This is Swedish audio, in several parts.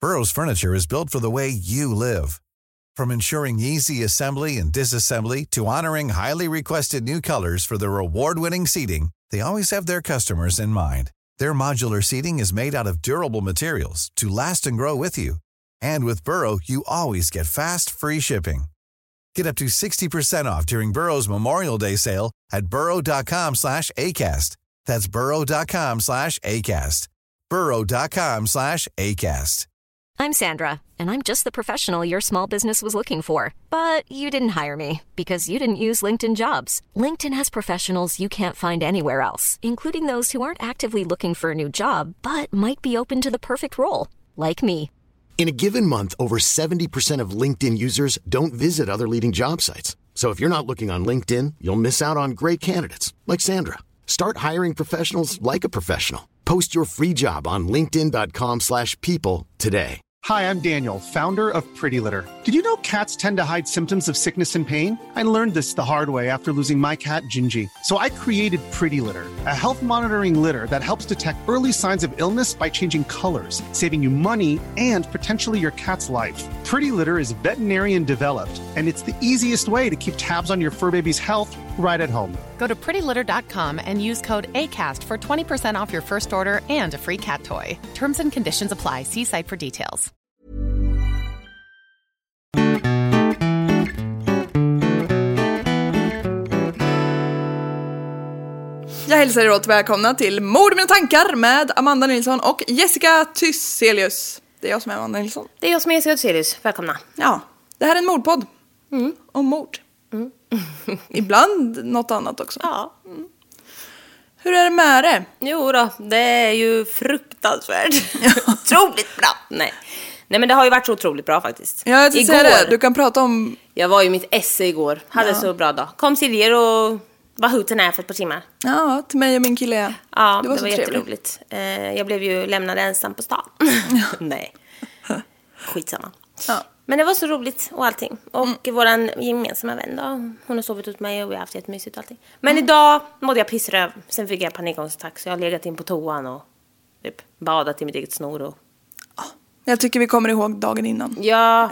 Burrow's furniture is built for the way you live. From ensuring easy assembly and disassembly to honoring highly requested new colors for their award-winning seating, they always have their customers in mind. Their modular seating is made out of durable materials to last and grow with you. And with Burrow, you always get fast, free shipping. Get up to 60% off during Burrow's Memorial Day sale at burrow.com/ACAST. That's burrow.com/ACAST. burrow.com/ACAST. I'm Sandra, and I'm just the professional your small business was looking for. But you didn't hire me because you didn't use LinkedIn Jobs. LinkedIn has professionals you can't find anywhere else, including those who aren't actively looking for a new job, but might be open to the perfect role, like me. In a given month, over 70% of LinkedIn users don't visit other leading job sites. So if you're not looking on LinkedIn, you'll miss out on great candidates like Sandra. Start hiring professionals like a professional. Post your free job on linkedin.com/people today. Hi, I'm Daniel, founder of Pretty Litter. Did you know cats tend to hide symptoms of sickness and pain? I learned this the hard way after losing my cat, Gingy. So I created Pretty Litter, a health monitoring litter that helps detect early signs of illness by changing colors, saving you money and potentially your cat's life. Pretty Litter is veterinarian developed, and it's the easiest way to keep tabs on your fur baby's health right at home. Go to prettylitter.com and use code ACAST for 20% off your first order and a free cat toy. Terms and conditions apply. See site for details. Jag hälsar er åt välkomna till Mord i mina tankar med Amanda Nilsson och Jessica Thyselius. Det är jag som är Amanda Nilsson. Det är jag som är Jessica Thyselius. Välkomna. Ja, det här är en mordpodd. Om mord. Ibland något annat också. Ja. Hur är det med det? Jo då, det är ju fruktansvärt. Otroligt bra. Nej, men det har ju varit så otroligt bra faktiskt. Ja, jag säger det. Du kan prata om... Jag var ju mitt esse igår. Hade så bra dag. Kom Siljer och var huten här för ett par timmar. Ja, till mig och min kille. Ja, det var jätteroligt. Jag blev ju lämnad ensam på stan. Nej, skitsamma. Ja. Men det var så roligt och allting. Och våran gemensamma vän då, hon har sovit hos mig och vi har haft jättemysigt och allting. Men idag mådde jag pissröv. Sen fick jag panikångestattack så jag har legat in på toan och typ badat i mitt eget snor. Och... Jag tycker vi kommer ihåg dagen innan. Ja.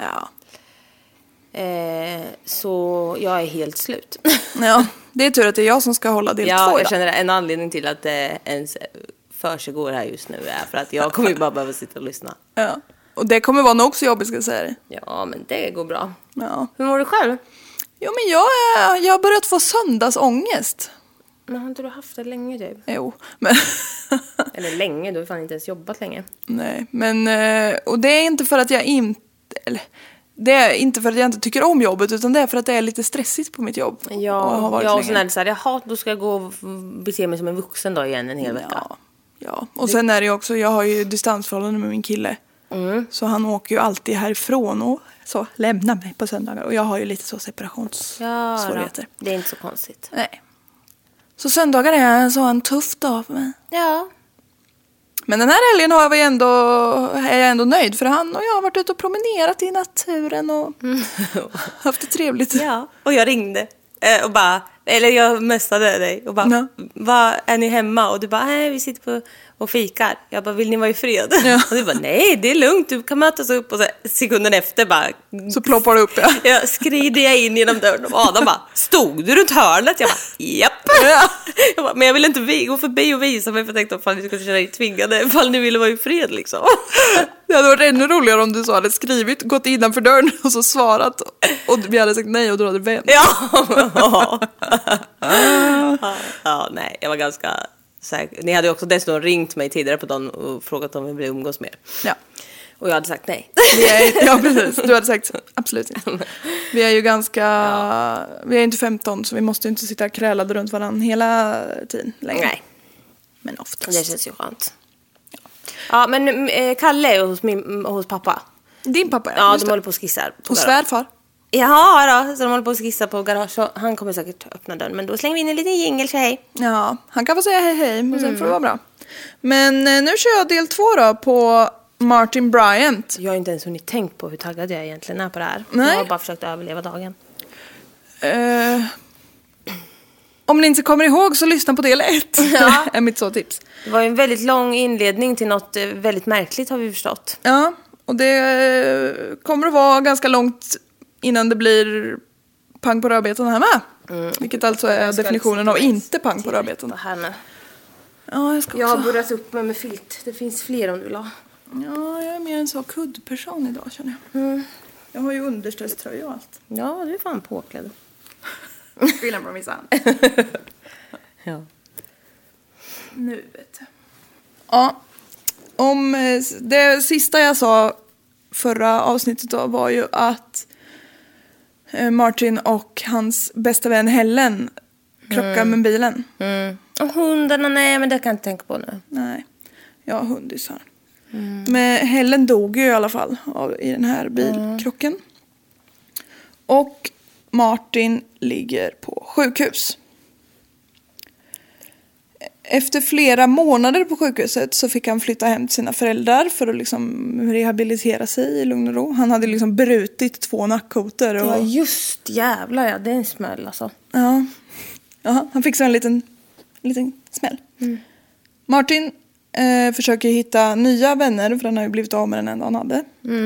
Så jag är helt slut. Ja, det är tur att det är jag som ska hålla del 2 idag. Ja, jag känner en anledning till att det ens försiggår här just nu är för att jag kommer ju bara behöva sitta och lyssna. Ja. Och det kommer vara nog så jobbigt, ska jag säga det. Ja, men det går bra. Ja. Hur mår du själv? Jo, men jag har börjat få söndagsångest. Men har inte du haft det länge typ? Jo, men... Eller länge, du har fan inte ens jobbat länge. Nej, men... Och det är inte för att jag inte... Eller, det är inte för att jag inte tycker om jobbet, utan det är för att det är lite stressigt på mitt jobb. Ja, och sen är det så här, jaha, då ska jag gå och bete mig som en vuxen dag igen en hel vecka. Ja, och sen är det också, jag har ju distansförhållande med min kille. Så han åker ju alltid härifrån och så lämnar mig på söndagar. Och jag har ju lite så separationssvårigheter. Ja, det är inte så konstigt. Nej. Så söndagar är så en tuff dag för mig. Ja. Men den här helgen är jag ändå nöjd. För han och jag har varit ute och promenerat i naturen och haft det trevligt. Ja, och jag ringde och bara... Eller jag messade dig och bara, är ni hemma? Och du bara, nej, vi sitter och fikar. Jag bara, vill ni vara i fred? Ja. Och du bara, nej, det är lugnt, du kan mötas upp. Och så sekunden efter bara... Så ploppar det upp, ja. Jag skrider jag in genom dörren och Adam bara, stod du runt hörnet? Jag bara, japp. Ja. Jag bara, men jag ville inte gå förbi och visa mig för jag tänkte att ni skulle känna er tvingade ifall ni ville vara i fred liksom. Det hade varit ännu roligare om du så hade skrivit, gått innanför dörren och så svarat och vi hade sagt nej och du hade vänt. Ja. Ja, nej, jag var ganska säker. Ni hade ju också dessutom ringt mig tidigare på dagen och frågat om vi ville umgås mer. Ja. Och jag hade sagt nej. Ja, precis. Du hade sagt absolut inte. Vi är ju vi är inte 15 så vi måste inte sitta krälade runt varandra hela tiden längre. Nej. Men oftast. Det känns ju skönt. Ja, men Kalle är hos pappa. Din pappa, ja. De håller på och skissar. Och svärfar. Jaha då, så de håller på att skissa på garage. Så han kommer säkert öppna dörren. Men då slänger vi in en liten jingle, så hej. Ja, han kan få säga hej och sen får det vara bra. Men nu kör jag del 2 då på Martin Bryant. Jag har inte ens hunnit tänkt på hur taggad jag egentligen är på det här. Nej. Jag har bara försökt överleva dagen. Om ni inte kommer ihåg så lyssna på del 1. Ja. Är mitt så tips. Det var ju en väldigt lång inledning till något väldigt märkligt, har vi förstått. Ja, Och det kommer att vara ganska långt innan det blir pang på rödbetan här med. Vilket alltså är definitionen av inte pang på rödbetan. Ja, jag har burrat upp mig med filt. Det finns fler om du vill ha. Ja, jag är mer en så kuddperson idag, känner jag. Jag har ju underställströja och allt. Ja, du är fan påklädd. Skillnad på missan. Ja. Nu vet jag. Ja, om det sista jag sa förra avsnittet då var ju att Martin och hans bästa vän Helen krockar med bilen. Och hundarna, nej, men det kan jag inte tänka på nu. Nej, jag har hundisar. Men Helen dog ju i alla fall i den här bilkrocken. Och Martin ligger på sjukhus. Efter flera månader på sjukhuset så fick han flytta hem till sina föräldrar för att liksom rehabilitera sig i lugn och ro. Han hade liksom brutit 2 nackkotor. Ja, just jävlar, ja, det är en smäll alltså. Ja, han fick så en liten smäll. Martin försöker hitta nya vänner för han har ju blivit av med den enda han hade.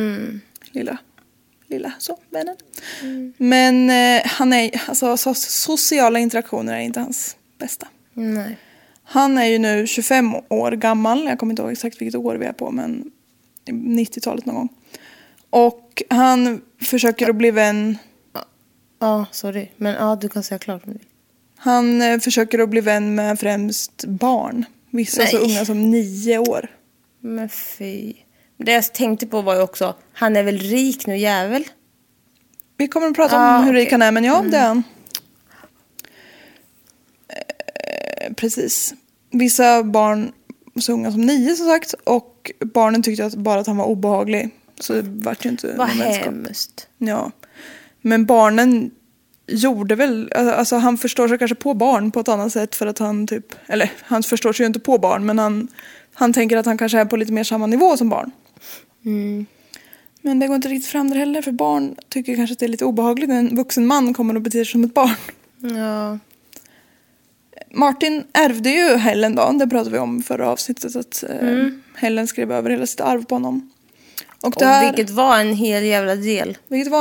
Lilla så, vännen. Men han är, alltså, sociala interaktioner är inte hans bästa. Nej. Han är ju nu 25 år gammal. Jag kommer inte ihåg exakt vilket år vi är på, men 90-talet någon gång. Och han försöker att bli vän. Ja, sorry. Men ja, du kan säga klart om det. Han försöker att bli vän med främst barn. Vissa så unga som 9 år. Men fy. Det jag tänkte på var ju också, han är väl rik nu, jävel? Vi kommer att prata om hur rik han är, men ja, det är han. Precis. Vissa barn så unga som 9 som sagt. Och barnen tyckte att han var obehaglig. Så det var ju inte vad hemskt. Ja. Men barnen gjorde väl, alltså han förstår sig kanske på barn på ett annat sätt för att han typ, eller han förstår sig ju inte på barn, men han tänker att han kanske är på lite mer samma nivå som barn. Men det går inte riktigt fram där heller, för barn tycker kanske att det är lite obehagligt när en vuxen man kommer och beter sig som ett barn. Ja. Martin ärvde ju Helen då, det pratade vi om förra avsnittet, att Helen skrev över hela sitt arv på honom. Och vilket var en hel jävla del.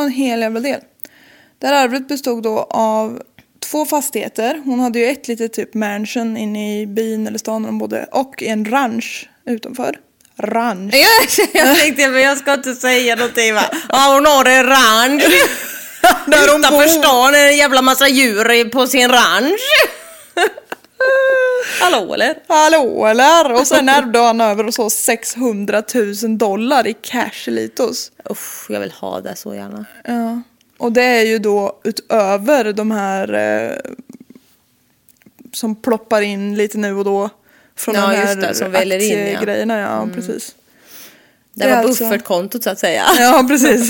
Det här arvet bestod då av 2 fastigheter. Hon hade ju ett litet typ mansion inne i byn eller stan de bodde, och en ranch utanför. Ranch. Jag tänkte, men jag ska inte säga någonting, va? Ja, hon har en ranch. Utanför stan är en jävla massa djur på sin ranch. Hallå eller? Och sen ärvde han över och så $600,000 i cash litos. Uff, jag vill ha det så gärna. Ja. Och det är ju då utöver de här som ploppar in lite nu och då från de här aktiegrejerna. Ja, precis. Det var buffertkontot så att säga. Ja, precis.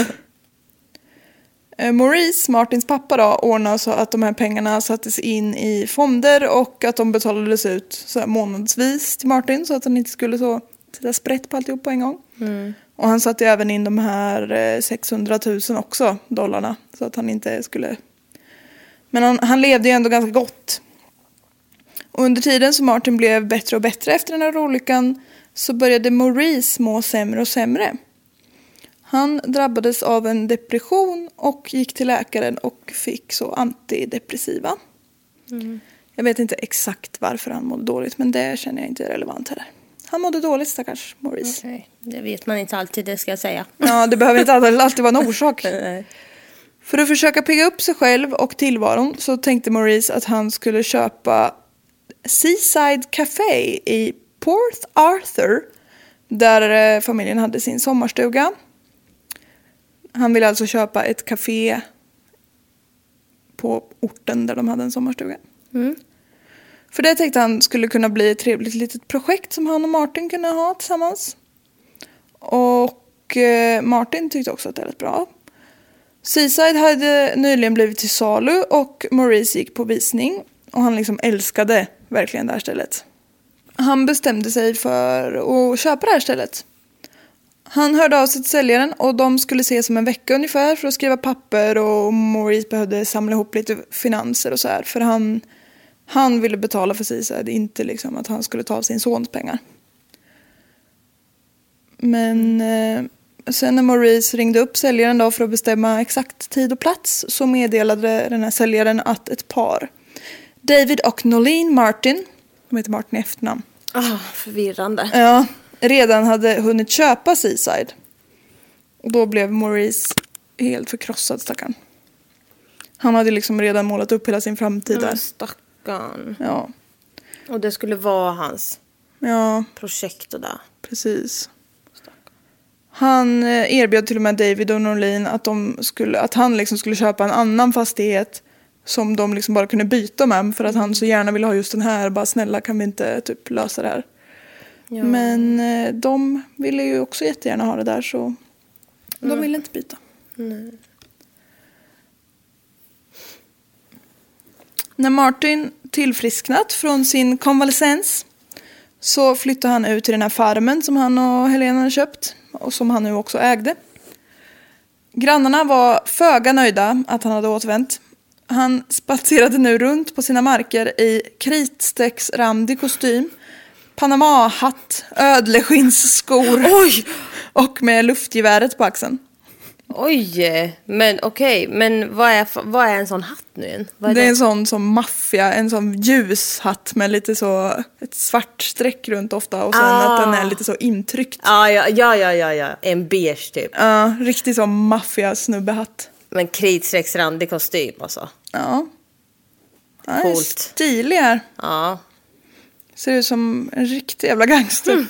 Maurice, Martins pappa då, ordnade så att de här pengarna sattes in i fonder och att de betalades ut så här månadsvis till Martin så att han inte skulle så sätta sprätt på alltihop på en gång. Och han satte även in de här 600,000 också, dollarna, så att han inte skulle... Men han levde ju ändå ganska gott. Och under tiden som Martin blev bättre och bättre efter den här olyckan så började Maurice må sämre och sämre. Han drabbades av en depression och gick till läkaren och fick så antidepressiva. Jag vet inte exakt varför han mådde dåligt, men det känner jag inte är relevant heller. Han mådde dåligt, stackars Maurice. Okay. Det vet man inte alltid, det ska jag säga. Ja, det behöver inte alltid vara en orsak. För att försöka pigga upp sig själv och tillvaron så tänkte Maurice att han skulle köpa Seaside Café i Port Arthur, där familjen hade sin sommarstuga. Han ville alltså köpa ett café på orten där de hade en sommarstuga. För det tänkte han skulle kunna bli ett trevligt litet projekt som han och Martin kunde ha tillsammans. Och Martin tyckte också att det lät bra. Seaside hade nyligen blivit till salu och Maurice gick på visning. Och han liksom älskade verkligen det här stället. Han bestämde sig för att köpa det här stället. Han hörde av sig till säljaren och de skulle ses om en vecka ungefär för att skriva papper, och Maurice behövde samla ihop lite finanser och så här. För han ville betala för Seaside, inte liksom att han skulle ta av sin sons pengar. Men Sen när Maurice ringde upp säljaren då för att bestämma exakt tid och plats så meddelade den här säljaren att ett par, David och Nolene Martin, de heter Martin i efternamn. Förvirrande. Ja, redan hade hunnit köpa Seaside. Och då blev Maurice helt förkrossad, stackarn. Han hade liksom redan målat upp hela sin framtid där. Stackarn. Ja. Och det skulle vara hans projekt och där. Precis. Han erbjöd till och med David och Nolene att han liksom skulle köpa en annan fastighet som de liksom bara kunde byta med, för att han så gärna ville ha just den här. Bara snälla, kan vi inte typ lösa det här? Ja. Men de ville ju också jättegärna ha det där, så de ville inte byta. Nej. När Martin tillfrisknat från sin konvalescens så flyttade han ut till den här farmen som han och Helena hade köpt och som han nu också ägde. Grannarna var föga nöjda att han hade återvänt. Han spatserade nu runt på sina marker i kritstrecksrandig kostym, Panama-hatt, ödleskinsskor och med luftgeväret på axeln. Oj, men okej. Men vad är en sån hatt nu igen? Det är en sån som maffia, en sån ljus hatt med lite så ett svart streck runt ofta och sen att den är lite så intryckt. Ja. En beige typ. Ja, riktigt så maffia snubbehatt. Men kritstrecksrandig kostym alltså. Ja. Coolt. Stilig här. Ja. Ser ut som en riktig jävla gangster.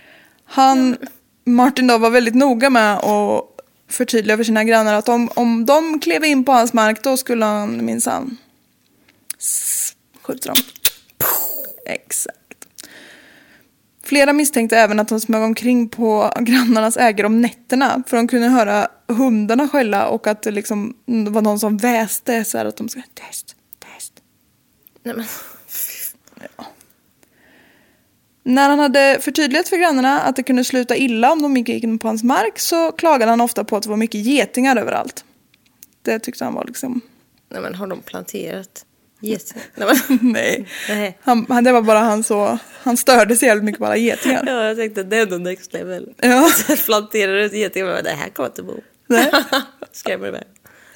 Martin då var väldigt noga med att förtydliga för sina grannar att om de klev in på hans mark, då skulle han minsann skjuta dem. Exakt. Flera misstänkte även att han smög omkring på grannarnas ägare om nätterna, för de kunde höra hundarna skälla och att det liksom var någon som väste så här att de ska test. Nej men. Ja. När han hade förtydligat för grannarna att det kunde sluta illa om de gick in på hans mark, så klagade han ofta på att det var mycket getingar överallt. Det tyckte han var liksom... Nej men, har de planterat getingar? Nej. Det var bara han störde sig jävligt mycket på alla getingar. Ja, jag tänkte det är the next level. Ja. Planterar ut getingar, men det här kommer inte bo. Nej. Skrämmer med.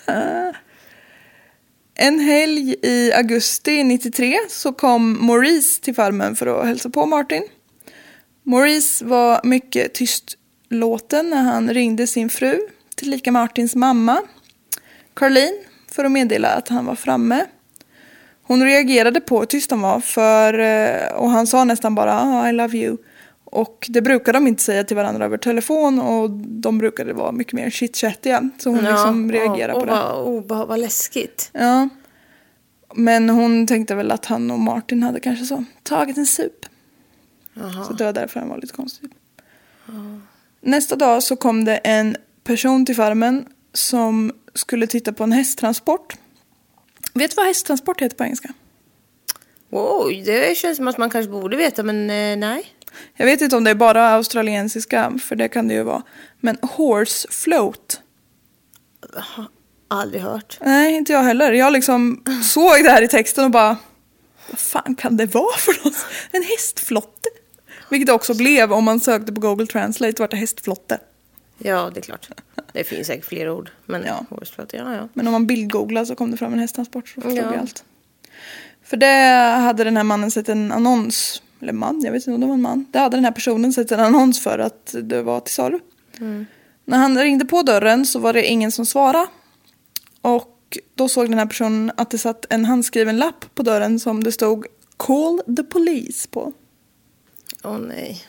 En helg i augusti 93 så kom Maurice till farmen för att hälsa på Martin. Maurice var mycket tystlåten när han ringde sin fru, tillika Martins mamma, Caroline, för att meddela att han var framme. Hon reagerade på hur tyst han var och han sa nästan bara I love you. Och det brukade de inte säga till varandra över telefon, och de brukade vara mycket mer chitchattiga. Så hon liksom reagerade på det. Vad läskigt. Ja. Men hon tänkte väl att han och Martin hade kanske så tagit en sup. Aha. Så det var därför han var lite konstig. Nästa dag så kom det en person till farmen som skulle titta på en hästtransport. Vet du vad hästtransport heter på engelska? Oj, det känns som att man kanske borde veta, men nej. Jag vet inte om det är bara australiensiska, för det kan det ju vara. Men horse float. Aldrig hört. Nej, inte jag heller. Jag liksom såg det här i texten och bara, vad fan kan det vara för något? En hästflotte. Vilket det också blev om man sökte på Google Translate, vart det hästflotte. Ja, det är klart. Det finns säkert fler ord. Men horse float, ja. Men om man bildgooglar så kom det fram en hästtransport, så förstod vi allt. För det hade den här mannen sett en annons. Eller man, jag vet inte om det var en man. Det hade den här personen sett en annons för att det var till salu. När han ringde på dörren så var det ingen som svarade. Och då såg den här personen att det satt en handskriven lapp på dörren som det stod Call the police på. Åh nej.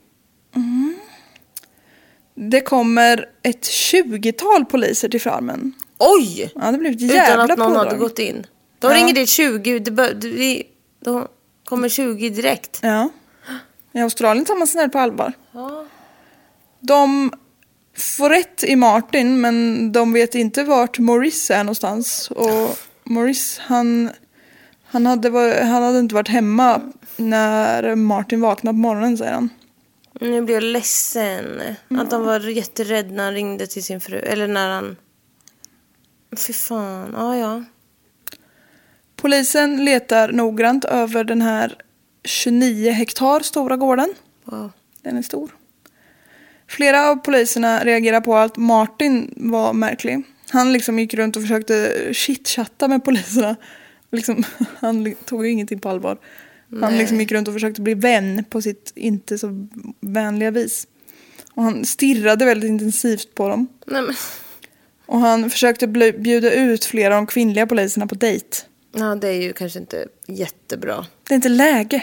Det kommer ett 20-tal poliser till farmen. Oj! Ja, det blev ett jävla utan att någon pådrag. hade gått in. De ringer dit 20, då kommer 20 direkt. Ja. I Australien tar man snällt på allvar. Ja. De får rätt i Martin, men de vet inte vart Maurice är någonstans. Och Maurice, han hade inte varit hemma när Martin vaknade på morgonen, säger han. Nu blir jag ledsen. Att han var jätterädd när han ringde till sin fru. Eller när han... Fy fan, ja. Polisen letar noggrant över den här 29 hektar stora gården. Wow. Den är stor. Flera av poliserna reagerar på att Martin var märklig. Han liksom gick runt och försökte chitchatta med poliserna. Liksom, han tog ju ingenting på allvar. Han liksom gick runt och försökte bli vän på sitt inte så vänliga vis. Och han stirrade väldigt intensivt på dem. Nej, men... Och han försökte bjuda ut flera av de kvinnliga poliserna på dejt. Ja, det är ju kanske inte jättebra. Det är inte läge.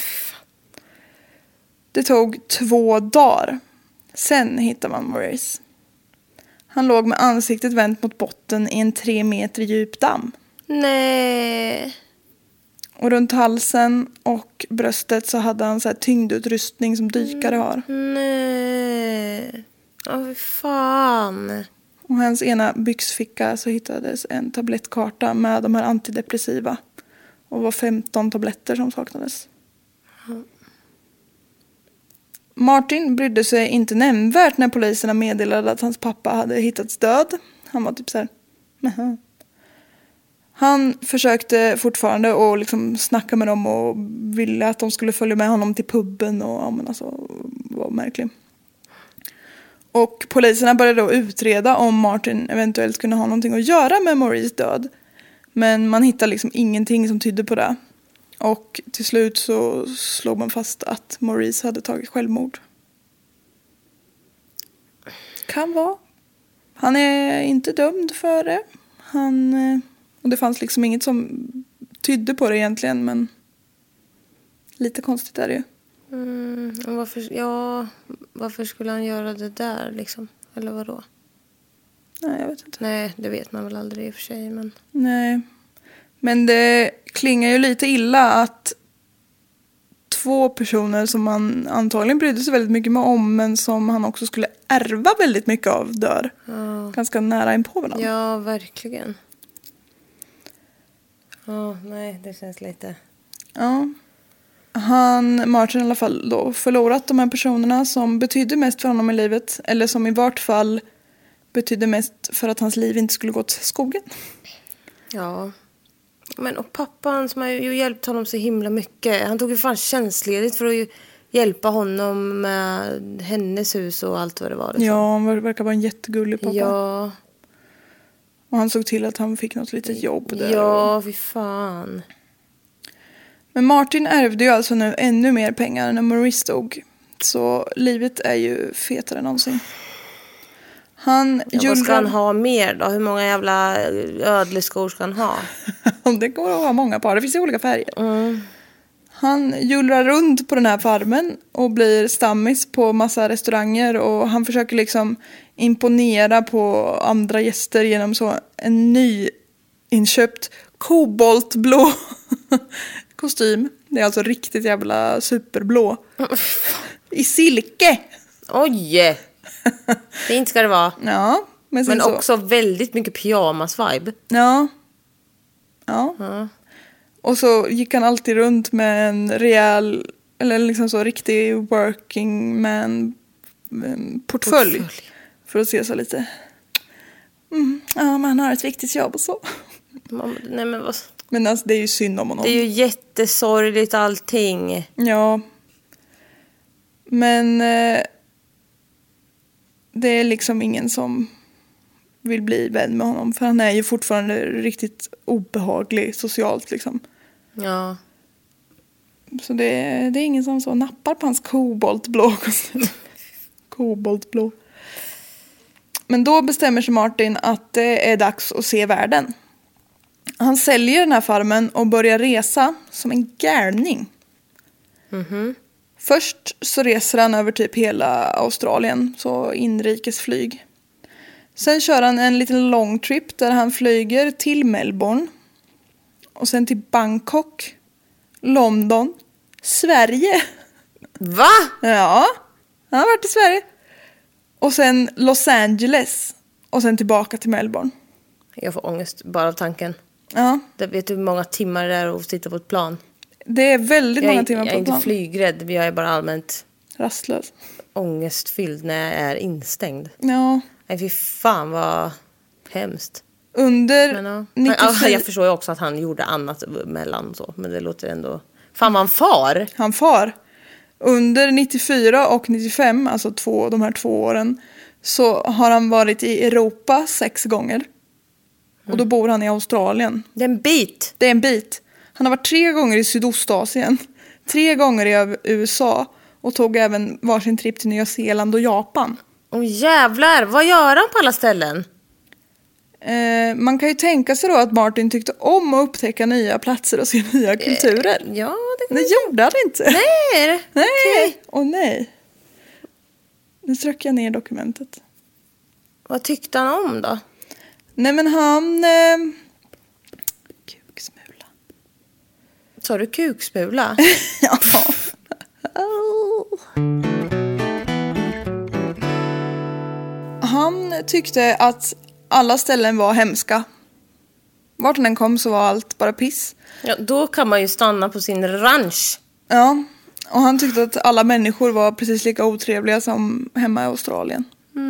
Det tog 2 dagar. Sen hittar man Maurice. Han låg med ansiktet vänt mot botten i en 3 meter djup damm. Nej. Och runt halsen och bröstet så hade han så här tyngdutrustning som dykare har. Nej. Åh, fan. Och hans ena byxficka så hittades en tablettkarta med de här antidepressiva. Och det var 15 tabletter som saknades. Martin brydde sig inte nämnvärt när poliserna meddelade att hans pappa hade hittats död. Han var typ så här... Mäh. Han försökte fortfarande att liksom snacka med dem och ville att de skulle följa med honom till puben och var märklig. Och poliserna började då utreda om Martin eventuellt kunde ha någonting att göra med Maurice död. Men man hittade liksom ingenting som tydde på det. Och till slut så slog man fast att Maurice hade tagit självmord. Kan vara. Han är inte dömd för det. Och det fanns liksom inget som tydde på det egentligen, men lite konstigt är det ju. Varför skulle han göra det där liksom? Eller vadå? Nej, jag vet inte. Nej, det vet man väl aldrig i och för sig. Men... Nej, men det klingar ju lite illa att 2 personer som man antagligen brydde sig väldigt mycket om, men som han också skulle ärva väldigt mycket av, dör. Ja. Ganska nära in på varandra. Ja, verkligen. Ja, nej, det känns lite... Ja. Martin i alla fall då förlorat de här personerna som betydde mest för honom i livet. Eller som i vart fall betydde mest för att hans liv inte skulle gå till skogen. Ja. Men och pappan som har ju hjälpt honom så himla mycket. Han tog ju fan tjänstledigt för att hjälpa honom med hennes hus och allt vad det var. Liksom. Ja, han verkar vara en jättegullig pappa. Ja. Och han såg till att han fick något litet jobb där. Ja, fy fan. Men Martin ärvde ju alltså nu ännu mer pengar när Maurice dog. Så livet är ju fetare än någonsin. Vad ska han ha mer då? Hur många jävla ödleskor ska han ha? Det går att ha många par. Det finns ju olika färger. Han jullrar runt på den här farmen och blir stammis på massa restauranger. Och han försöker liksom imponera på andra gäster genom så en ny inköpt koboltblå kostym. Det är alltså riktigt jävla superblå. I silke. Oj! Fint ska det vara. Ja. Men också väldigt mycket pyjamas-vibe. Ja. Och så gick han alltid runt med en rejäl, eller liksom så riktig working man portfölj. För att se så lite. Ja, man har ett viktigt jobb och så. Nej, men vad... Men alltså, det är ju synd om honom. Det är ju jättesorgligt allting. Ja. Men det är liksom ingen som vill bli vän med honom. För han är ju fortfarande riktigt obehaglig socialt liksom. Ja. Så det är ingen som så nappar på hans koboltblå kostym. Koboltblå. Men då bestämmer sig Martin att det är dags att se världen. Han säljer den här farmen och börjar resa som en galning. Först så reser han över typ hela Australien, så inrikesflyg. Sen kör han en liten long trip där han flyger till Melbourne. Och sen till Bangkok, London, Sverige. Va? Ja, han har varit i Sverige. Och sen Los Angeles. Och sen tillbaka till Melbourne. Jag får ångest bara av tanken. Ja. Vet du hur många timmar det är att sitta på ett plan? Det är väldigt många timmar på ett plan. Jag är inte flygrädd, jag är bara allmänt rastlös. Ångestfylld när jag är instängd. Ja. Nej, fy fan vad hemskt. Under 94... Jag förstår ju också att han gjorde annat mellan så. Men det låter ändå... Fan vad han far. Han far. Under 94 och 95, alltså de här 2 åren, så har han varit i Europa 6 gånger. Och då bor han i Australien. Det är en bit. Det är en bit. Han har varit 3 gånger i Sydostasien, 3 gånger i USA och tog även varsin trip till Nya Zeeland och Japan. Åh jävlar, vad gör han på alla ställen? Man kan ju tänka sig då att Martin tyckte om att upptäcka nya platser och se nya kulturer. Ja, det gjorde han inte. Nej. Nej. Åh nej. Nu trycker jag ner dokumentet. Vad tyckte han om då? Nej men han... Kuksmula. Sa du kuksmula? Ja. Han tyckte att alla ställen var hemska. Vart han än kom så var allt bara piss. Ja, då kan man ju stanna på sin ranch. Ja, och han tyckte att alla människor var precis lika otrevliga som hemma i Australien.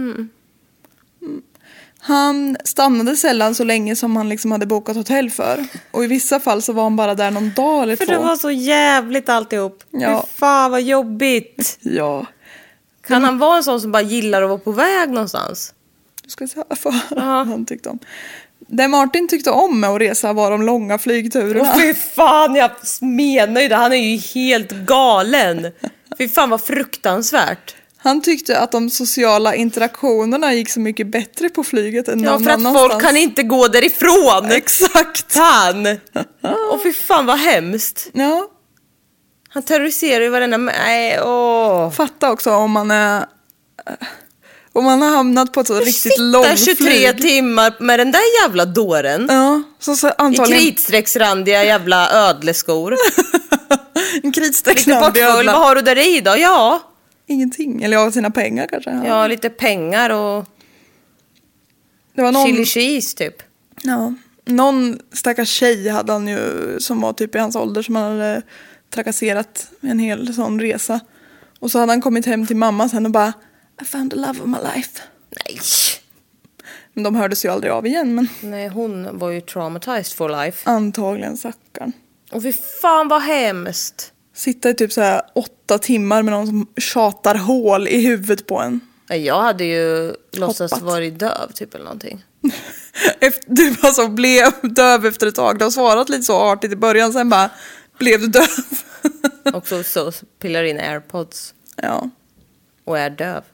Han stannade sällan så länge som han liksom hade bokat hotell för. Och i vissa fall så var han bara där någon dag eller 2. För det var så jävligt alltihop. Ja. Fy fan vad jobbigt. Ja. Kan han vara en sån som bara gillar att vara på väg någonstans? Du ska se vad han tyckte om. Det Martin tyckte om med att resa var de långa flygturerna. Fy fan, jag menar ju det. Han är ju helt galen. Fy fan vad fruktansvärt. Han tyckte att de sociala interaktionerna gick så mycket bättre på flyget än någon annanstans. Ja, för att folk kan inte gå därifrån. Exakt. Han. Och fy fan vad hemskt. Ja. Han terroriserar ju varenda... Nej, åh. Fatta också om man är... Om man har hamnat på ett så riktigt långt flyg. 23 timmar med den där jävla dåren. Ja, så antagligen... I kritstrecksrandiga jävla ödleskor. En kritstrecksrandig lite portfölj, vad har du där i då? Ja. Ingenting, eller sina pengar kanske. Ja, lite pengar och... Det var någon... chili cheese typ. Ja, någon stackars tjej hade han ju som var typ i hans ålder som han hade trakasserat en hel sån resa. Och så hade han kommit hem till mamma sen och bara I found the love of my life. Nej. Men de hördes ju aldrig av igen. Men... Nej, hon var ju traumatized for life. Antagligen sackarn. Och fy fan vad hemskt. Sitta i typ så här 8 timmar med någon som tjatar hål i huvudet på en. Jag hade ju låtsas vara döv typ eller någonting. Du alltså blev döv efter ett tag. Du har svarat lite så artigt i början. Sen bara blev du döv. Och så pillar in AirPods. Ja. Och är döv.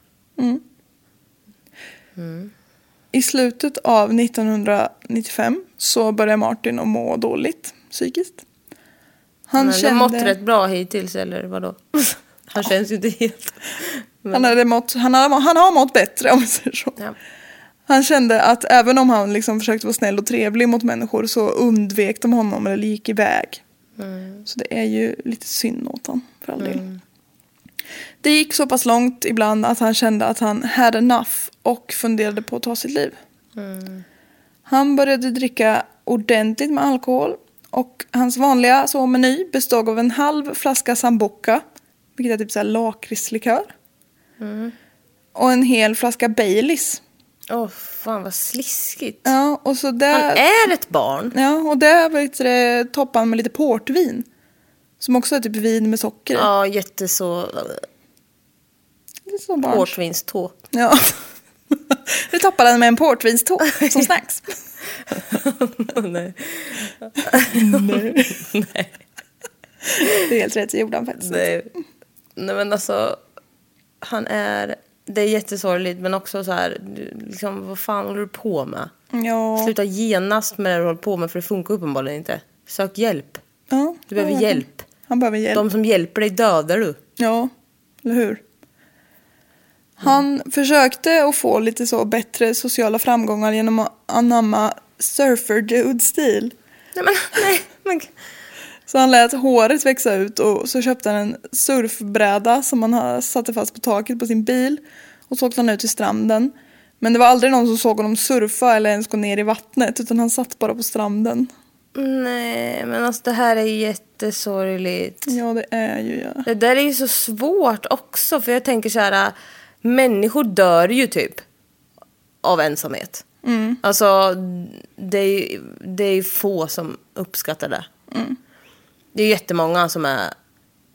I slutet av 1995 så började Martin att må dåligt psykiskt. Han har mått rätt bra hittills, eller vadå? Han känns ju inte helt... Men... Han har mått bättre, om man säger så. Ja. Han kände att även om han liksom försökte vara snäll och trevlig mot människor så undvek de honom eller gick iväg. Så det är ju lite synd åt honom, för all del. Det gick så pass långt ibland att han kände att han had enough och funderade på att ta sitt liv. Han började dricka ordentligt med alkohol. Och hans vanliga meny bestod av en halv flaska sambuca, vilket är typ så här lakritslikör. Och en hel flaska Baileys. Fan vad sliskigt. Ja, och så där... Han är ett barn. Ja, och där toppar han med lite portvin. Som också är typ vin med socker. Ja, jätteså... Portvinstå. Ja. Du toppar den med en portvinstå som snacks. Nej. Nej. Det är helt rätt, gjorde han faktiskt. Nej men alltså, han är... Det är jättesorgligt, men också så här, liksom, vad fan håller du på med? Ja. Sluta genast med det du håller på med, för det funkar uppenbarligen inte. Sök hjälp. Ja, du behöver hjälp. Han behöver hjälp. De som hjälper dig dödar du. Ja, eller hur? Han försökte att få lite så bättre sociala framgångar genom att anamma surfer-dude-stil. Nej, men... Så han lät håret växa ut och så köpte han en surfbräda som han satte fast på taket på sin bil. Och så åkte han ut till stranden. Men det var aldrig någon som såg honom surfa eller ens gå ner i vattnet, utan han satt bara på stranden. Nej, men alltså det här är jättesorgligt. Ja, det är ju, ja. Det där är ju så svårt också, för jag tänker så här, människor dör ju typ av ensamhet. Alltså, det är ju få som uppskattar det. Det är jättemånga som är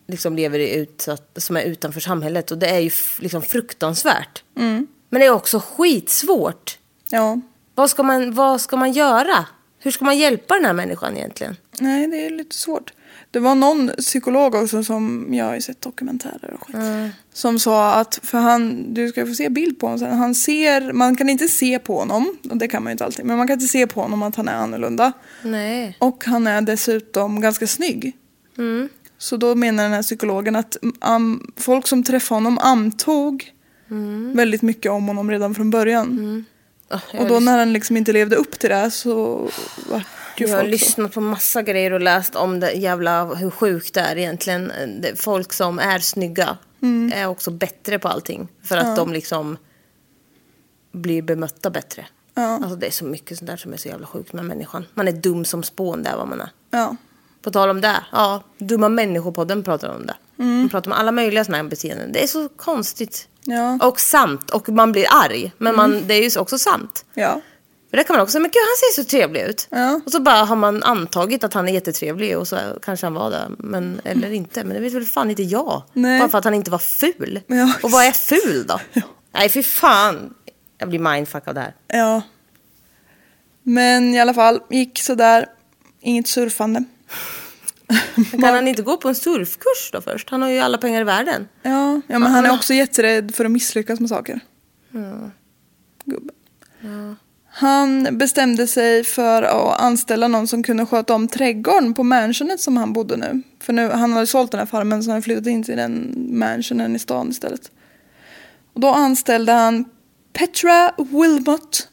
liksom lever som är utanför samhället. Och det är ju liksom fruktansvärt. Men det är också skitsvårt. Ja. Vad ska man göra? Hur ska man hjälpa den här människan egentligen? Nej, det är lite svårt. Det var någon psykolog också som jag har ju sett dokumentärer och skit. Som sa att, du ska få se bild på honom sen. Man kan inte se på honom, och det kan man ju inte alltid. Men man kan inte se på honom att han är annorlunda. Nej. Och han är dessutom ganska snygg. Så då menar den här psykologen att folk som träffade honom antog väldigt mycket om honom redan från början. Och då när han liksom inte levde upp till det så jag har lyssnat på massa grejer och läst om det hur sjukt det är egentligen. Folk som är snygga är också bättre på allting. För att de liksom blir bemötta bättre. Alltså det är så mycket sånt där som är så jävla sjukt med människan. Man är dum som spån, där vad man är. Ja. På tal om det, dumma människor på den pratar om det. De pratar om alla möjliga såna här beteenden. Det är så konstigt. Ja. Och sant. Och man blir arg. Men det är ju också sant. Ja. För det kan man också säga, men gud, han ser så trevlig ut. Ja. Och så bara har man antagit att han är jättetrevlig. Och så kanske han var det, eller inte. Men det vet väl fan inte jag. Nej. Bara för att han inte var ful. Ja. Och vad är ful då? Ja. Nej, för fan. Jag blir mindfuck av det här. Ja. Men i alla fall, gick så där. Inget surfande. Kan han inte gå på en surfkurs då först? Han har ju alla pengar i världen. Ja, men han är också jätterädd för att misslyckas med saker. Gubben. Ja. Han bestämde sig för att anställa någon som kunde sköta om trädgården på mansionet som han bodde nu. För nu, han hade sålt den här farmen så han flyttat in till den mansionen i stan istället. Och då anställde han Petra Wilmot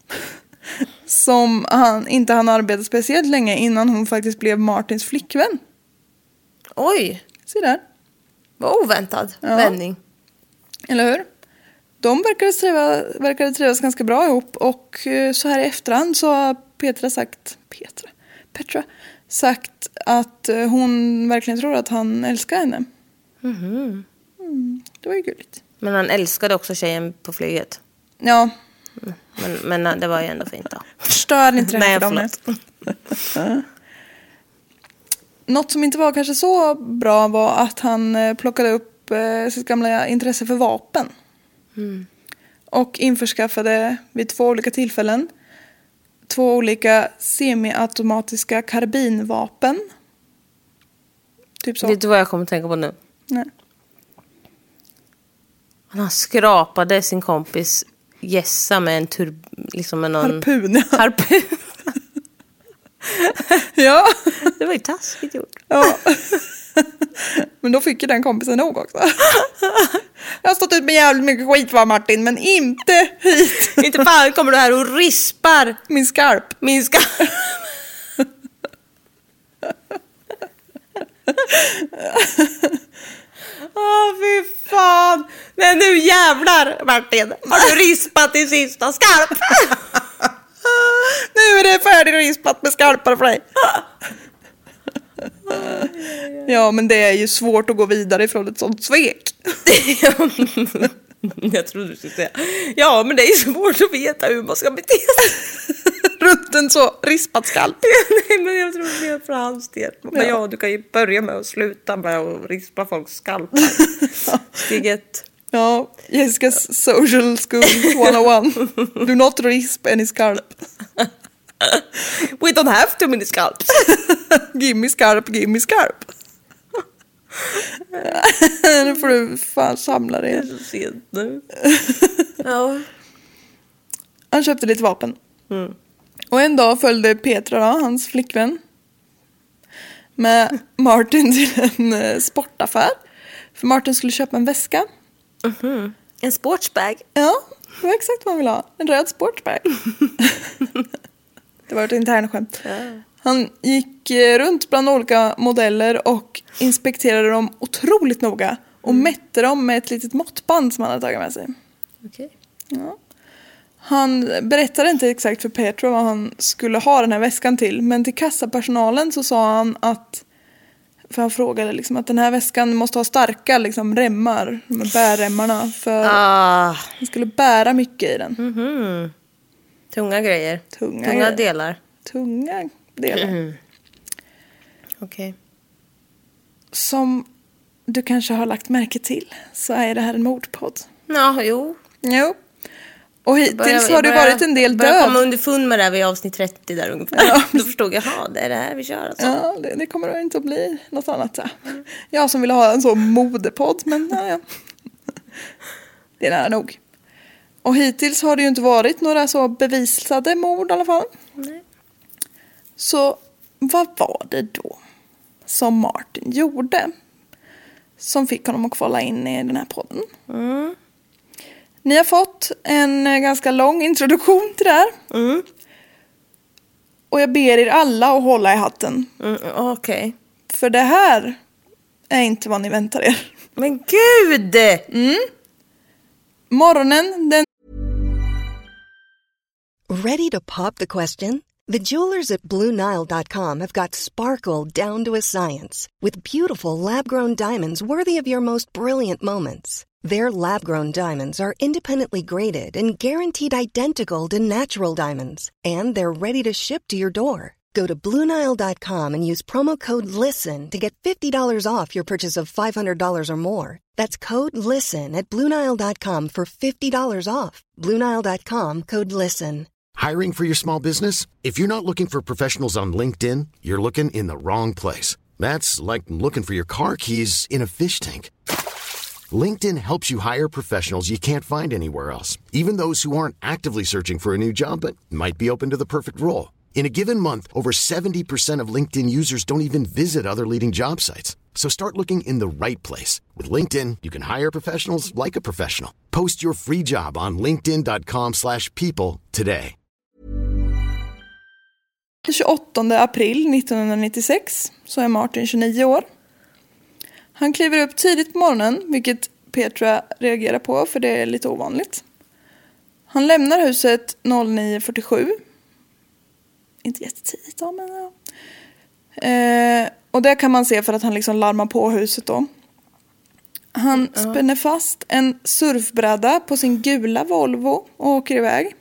som han inte hann arbeta speciellt länge innan hon faktiskt blev Martins flickvän. Oj! Se där. Vad oväntad vändning. Eller hur? De verkade trivas ganska bra ihop. Och så här i efterhand så har Petra sagt att hon verkligen tror att han älskar henne. Det var ju gulligt. Men han älskade också tjejen på flyget. Ja. Men det var ju ändå fint då. Förstör inte det för dem. Något som inte var kanske så bra var att han plockade upp sitt gamla intresse för vapen. Och införskaffade vid 2 olika tillfällen 2 olika semiautomatiska karbinvapen. Typ så. Vet du vad jag kommer att tänka på nu? Nej. Han skrapade sin kompis gässa med en harpun. Harpun. Ja. Det var ju taskigt gjort. Ja. Men då fick ju den kompisen nog också. Jag har stått ut med jävligt mycket skit, va, Martin, men inte hit. Inte fan kommer du här och rispar min skarp. Fy fan. Men nu jävlar, Martin. Har du rispat din sista skarp? Nu är det färdigrispat med skarpar för dig. Ja, men det är ju svårt att gå vidare ifrån ett sånt svek. Jag trodde du skulle säga. Ja, men det är svårt att veta hur man ska bete sig. Runt en så rispat skalp. Nej, men jag tror det är för hans del. Men ja, du kan ju börja med att sluta med att rispa folks skalpar. Steg 1. Ja, Jessicas social school 101. Do not risp any scalp. We don't have too many scalps. Give me scarp. Nu får du fan samla dig. Det är så sent nu. Ja. Han köpte lite vapen. Och en dag följde Petra då, hans flickvän, med Martin till en sportaffär. För Martin skulle köpa en väska. En sportsbag. Ja, det var exakt vad han ville ha. En röd sportsbag. Det var ett internskämt. Han gick runt bland olika modeller och inspekterade dem otroligt noga. Och mätte dem med ett litet måttband som han hade tagit med sig. Okej. Ja. Han berättade inte exakt för Petra vad han skulle ha den här väskan till. Men till kassapersonalen så sa han att... För han frågade liksom att den här väskan måste ha starka liksom remmar. Med bärremmarna. För han skulle bära mycket i den. Tunga grejer. Tunga delar. Tunga delar. Okej. Som du kanske har lagt märke till så är det här en mordpodd. Ja, jo. Och hittills har det varit en del död. Jag komma underfund med det här vid avsnitt 30 där ungefär. Ja. Då förstod jag, det är det här vi kör alltså. Ja, det kommer inte att bli något annat. Jag som vill ha en så modepodd, men ja. Det är nära nog. Och hittills har det ju inte varit några så bevisade mord i alla fall. Nej. Så vad var det då som Martin gjorde som fick honom att kvala in i den här podden? Ni har fått en ganska lång introduktion till det här. Och jag ber er alla att hålla i hatten. Okej. För det här är inte vad ni väntar er. Men gud! Morgonen den... Ready to pop the question? The jewelers at BlueNile.com have got sparkle down to a science with beautiful lab-grown diamonds worthy of your most brilliant moments. Their lab-grown diamonds are independently graded and guaranteed identical to natural diamonds. And they're ready to ship to your door. Go to BlueNile.com and use promo code LISTEN to get $50 off your purchase of $500 or more. That's code LISTEN at BlueNile.com for $50 off. BlueNile.com, code LISTEN. Hiring for your small business? If you're not looking for professionals on LinkedIn, you're looking in the wrong place. That's like looking for your car keys in a fish tank. LinkedIn helps you hire professionals you can't find anywhere else, even those who aren't actively searching for a new job but might be open to the perfect role. In a given month, over 70% of LinkedIn users don't even visit other leading job sites. So start looking in the right place. With LinkedIn, you can hire professionals like a professional. Post your free job on linkedin.com/people today. Den 28 april 1996 så är Martin 29 år. Han kliver upp tidigt på morgonen, vilket Petra reagerar på för det är lite ovanligt. Han lämnar huset 09:47. Inte jättetidigt då, men ja. Och det kan man se för att han liksom larmar på huset då. Han spänner fast en surfbräda på sin gula Volvo och åker iväg.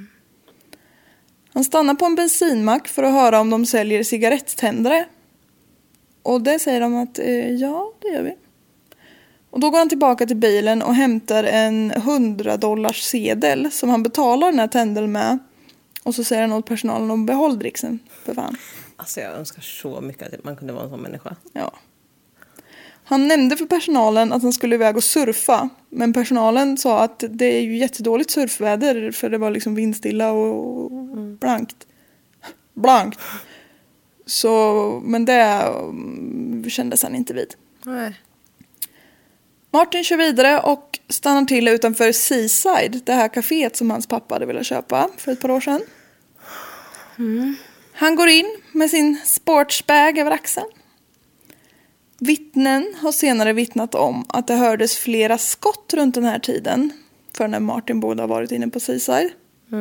Han stannar på en bensinmack för att höra om de säljer cigarettändare. Och det säger de att ja, det gör vi. Och då går han tillbaka till bilen och hämtar en $100 som han betalar den här tändeln med. Och så säger han åt personalen om behåll dricksen, för fan. Alltså jag önskar så mycket att man kunde vara en sån människa. Ja. Han nämnde för personalen att han skulle iväg och surfa. Men personalen sa att det är ju jättedåligt surfväder för det var liksom vindstilla och blankt. Så, men det kändes han inte vid. Nej. Martin kör vidare och stannar till utanför Seaside, det här kaféet som hans pappa hade velat köpa för ett par år sedan. Han går in med sin sportsbag över axeln. Vittnen har senare vittnat om att det hördes flera skott runt den här tiden för när Martin borde ha varit inne på Seaside.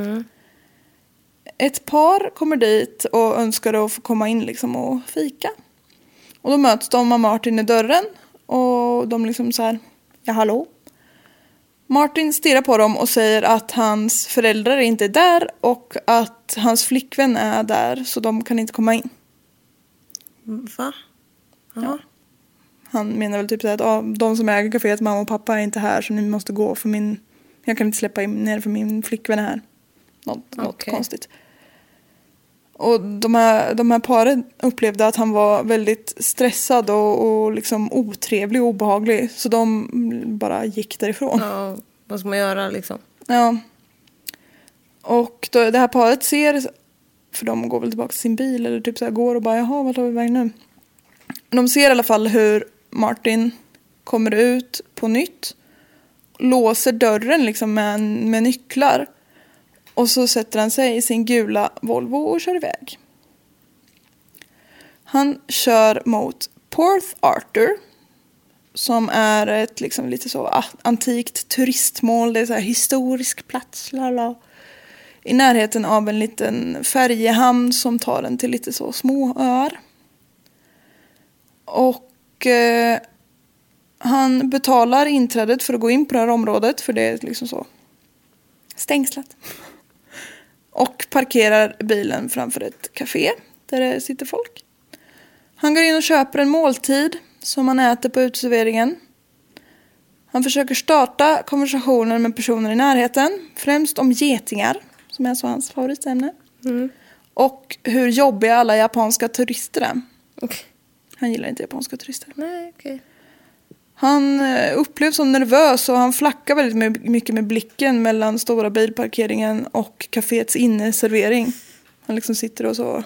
Ett par kommer dit och önskar att få komma in liksom och fika. Och då möts de av Martin i dörren och de liksom så här, ja hallå. Martin stirrar på dem och säger att hans föräldrar inte är där och att hans flickvän är där så de kan inte komma in. Va? Ja. Han menar väl typ så att de som äger kaféet, mamma och pappa är inte här så ni måste gå för jag kan inte släppa in ner för min flickvän är här. Något konstigt. Och de här paren upplevde att han var väldigt stressad och liksom otrevlig och obehaglig. Så de bara gick därifrån. Ja, vad ska man göra liksom? Ja. Och då, det här paret ser, för de går väl tillbaka till sin bil eller typ så här går och bara, jaha, vad tar vi väg nu? De ser i alla fall hur Martin kommer ut på nytt. Låser dörren liksom med nycklar. Och så sätter han sig i sin gula Volvo och kör iväg. Han kör mot Port Arthur. Som är ett liksom lite så antikt turistmål. Det är så här historisk plats. Lala. I närheten av en liten färjehamn som tar den till lite så små öar. Och han betalar inträdet för att gå in på det här området. För det är liksom så stängslat. Och parkerar bilen framför ett café där det sitter folk. Han går in och köper en måltid. som han äter på uteserveringen. Han försöker starta konversationer med personer i närheten. Främst om getingar, som är så hans favoritämne. Och hur jobbiga alla japanska turister är. Okay. Han gillar inte japanska turister. Nej, okay. Han upplevs som nervös och han flackar väldigt mycket med blicken mellan stora bilparkeringen och kaféets inneservering. Han liksom sitter och så...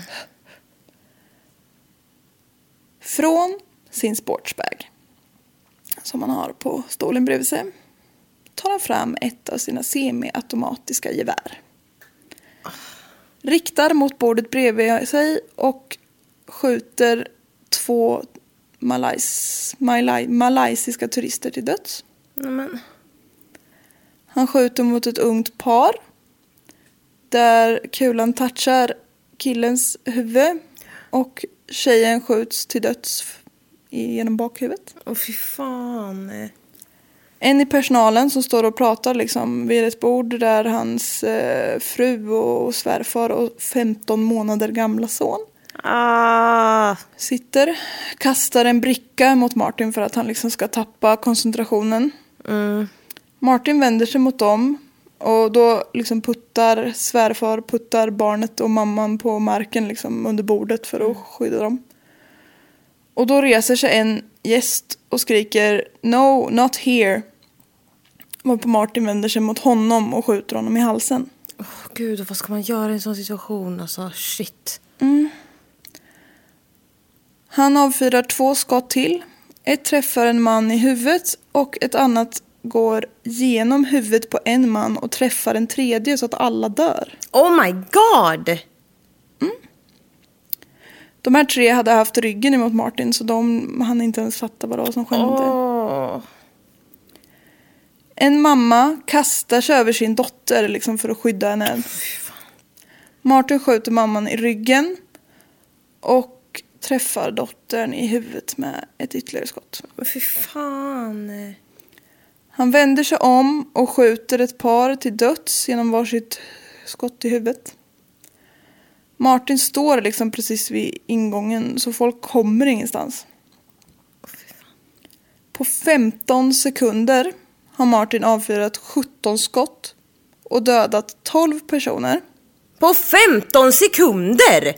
Från sin sportsbag, som han har på stolen bredvid sig, tar han fram ett av sina semiautomatiska gevär. Riktar mot bordet bredvid sig och skjuter 2 malaysiska turister till döds. Amen. Han skjuter mot ett ungt par där kulan touchar killens huvud och tjejen skjuts till döds genom bakhuvudet. Fy fan. En i personalen som står och pratar liksom vid ett bord där hans fru och svärfar och 15 månader gamla son sitter, kastar en bricka mot Martin för att han liksom ska tappa koncentrationen. Martin vänder sig mot dem och då liksom puttar barnet och mamman på marken liksom under bordet för att skydda dem. Och då reser sig en gäst och skriker "No, not here". Varpå Martin vänder sig mot honom och skjuter honom i halsen. Gud, vad ska man göra i en sån situation? Alltså, shit. Han avfyrar 2 skott till. Ett träffar en man i huvudet och ett annat går genom huvudet på en man och träffar en tredje så att alla dör. Oh my god! De här 3 hade haft ryggen emot Martin så han inte ens fatta vad det var som skedde. En mamma kastar sig över sin dotter liksom för att skydda henne. Martin skjuter mamman i ryggen och träffar dottern i huvudet med ett ytterligare skott. Fy fan. Han vänder sig om och skjuter ett par till döds genom varsitt skott i huvudet. Martin står liksom precis vid ingången så folk kommer ingenstans. På 15 sekunder har Martin avfyrat 17 skott och dödat 12 personer. På 15 sekunder?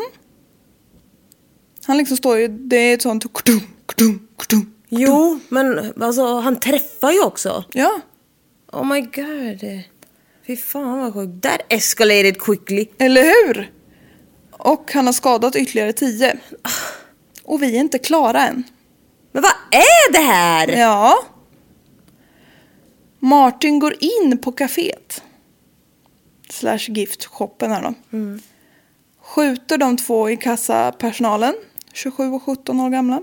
Han liksom står ju, det är ett sånt kutum. Jo, men alltså han träffar ju också. Ja. Oh my god. Fy fan vad sjukt. That escalated quickly. Eller hur? Och han har skadat ytterligare 10. Och vi är inte klara än. Men vad är det här? Ja. Martin går in på kaféet. / giftshoppen här då. Skjuter de 2 i kassapersonalen. 27 och 17 år gamla.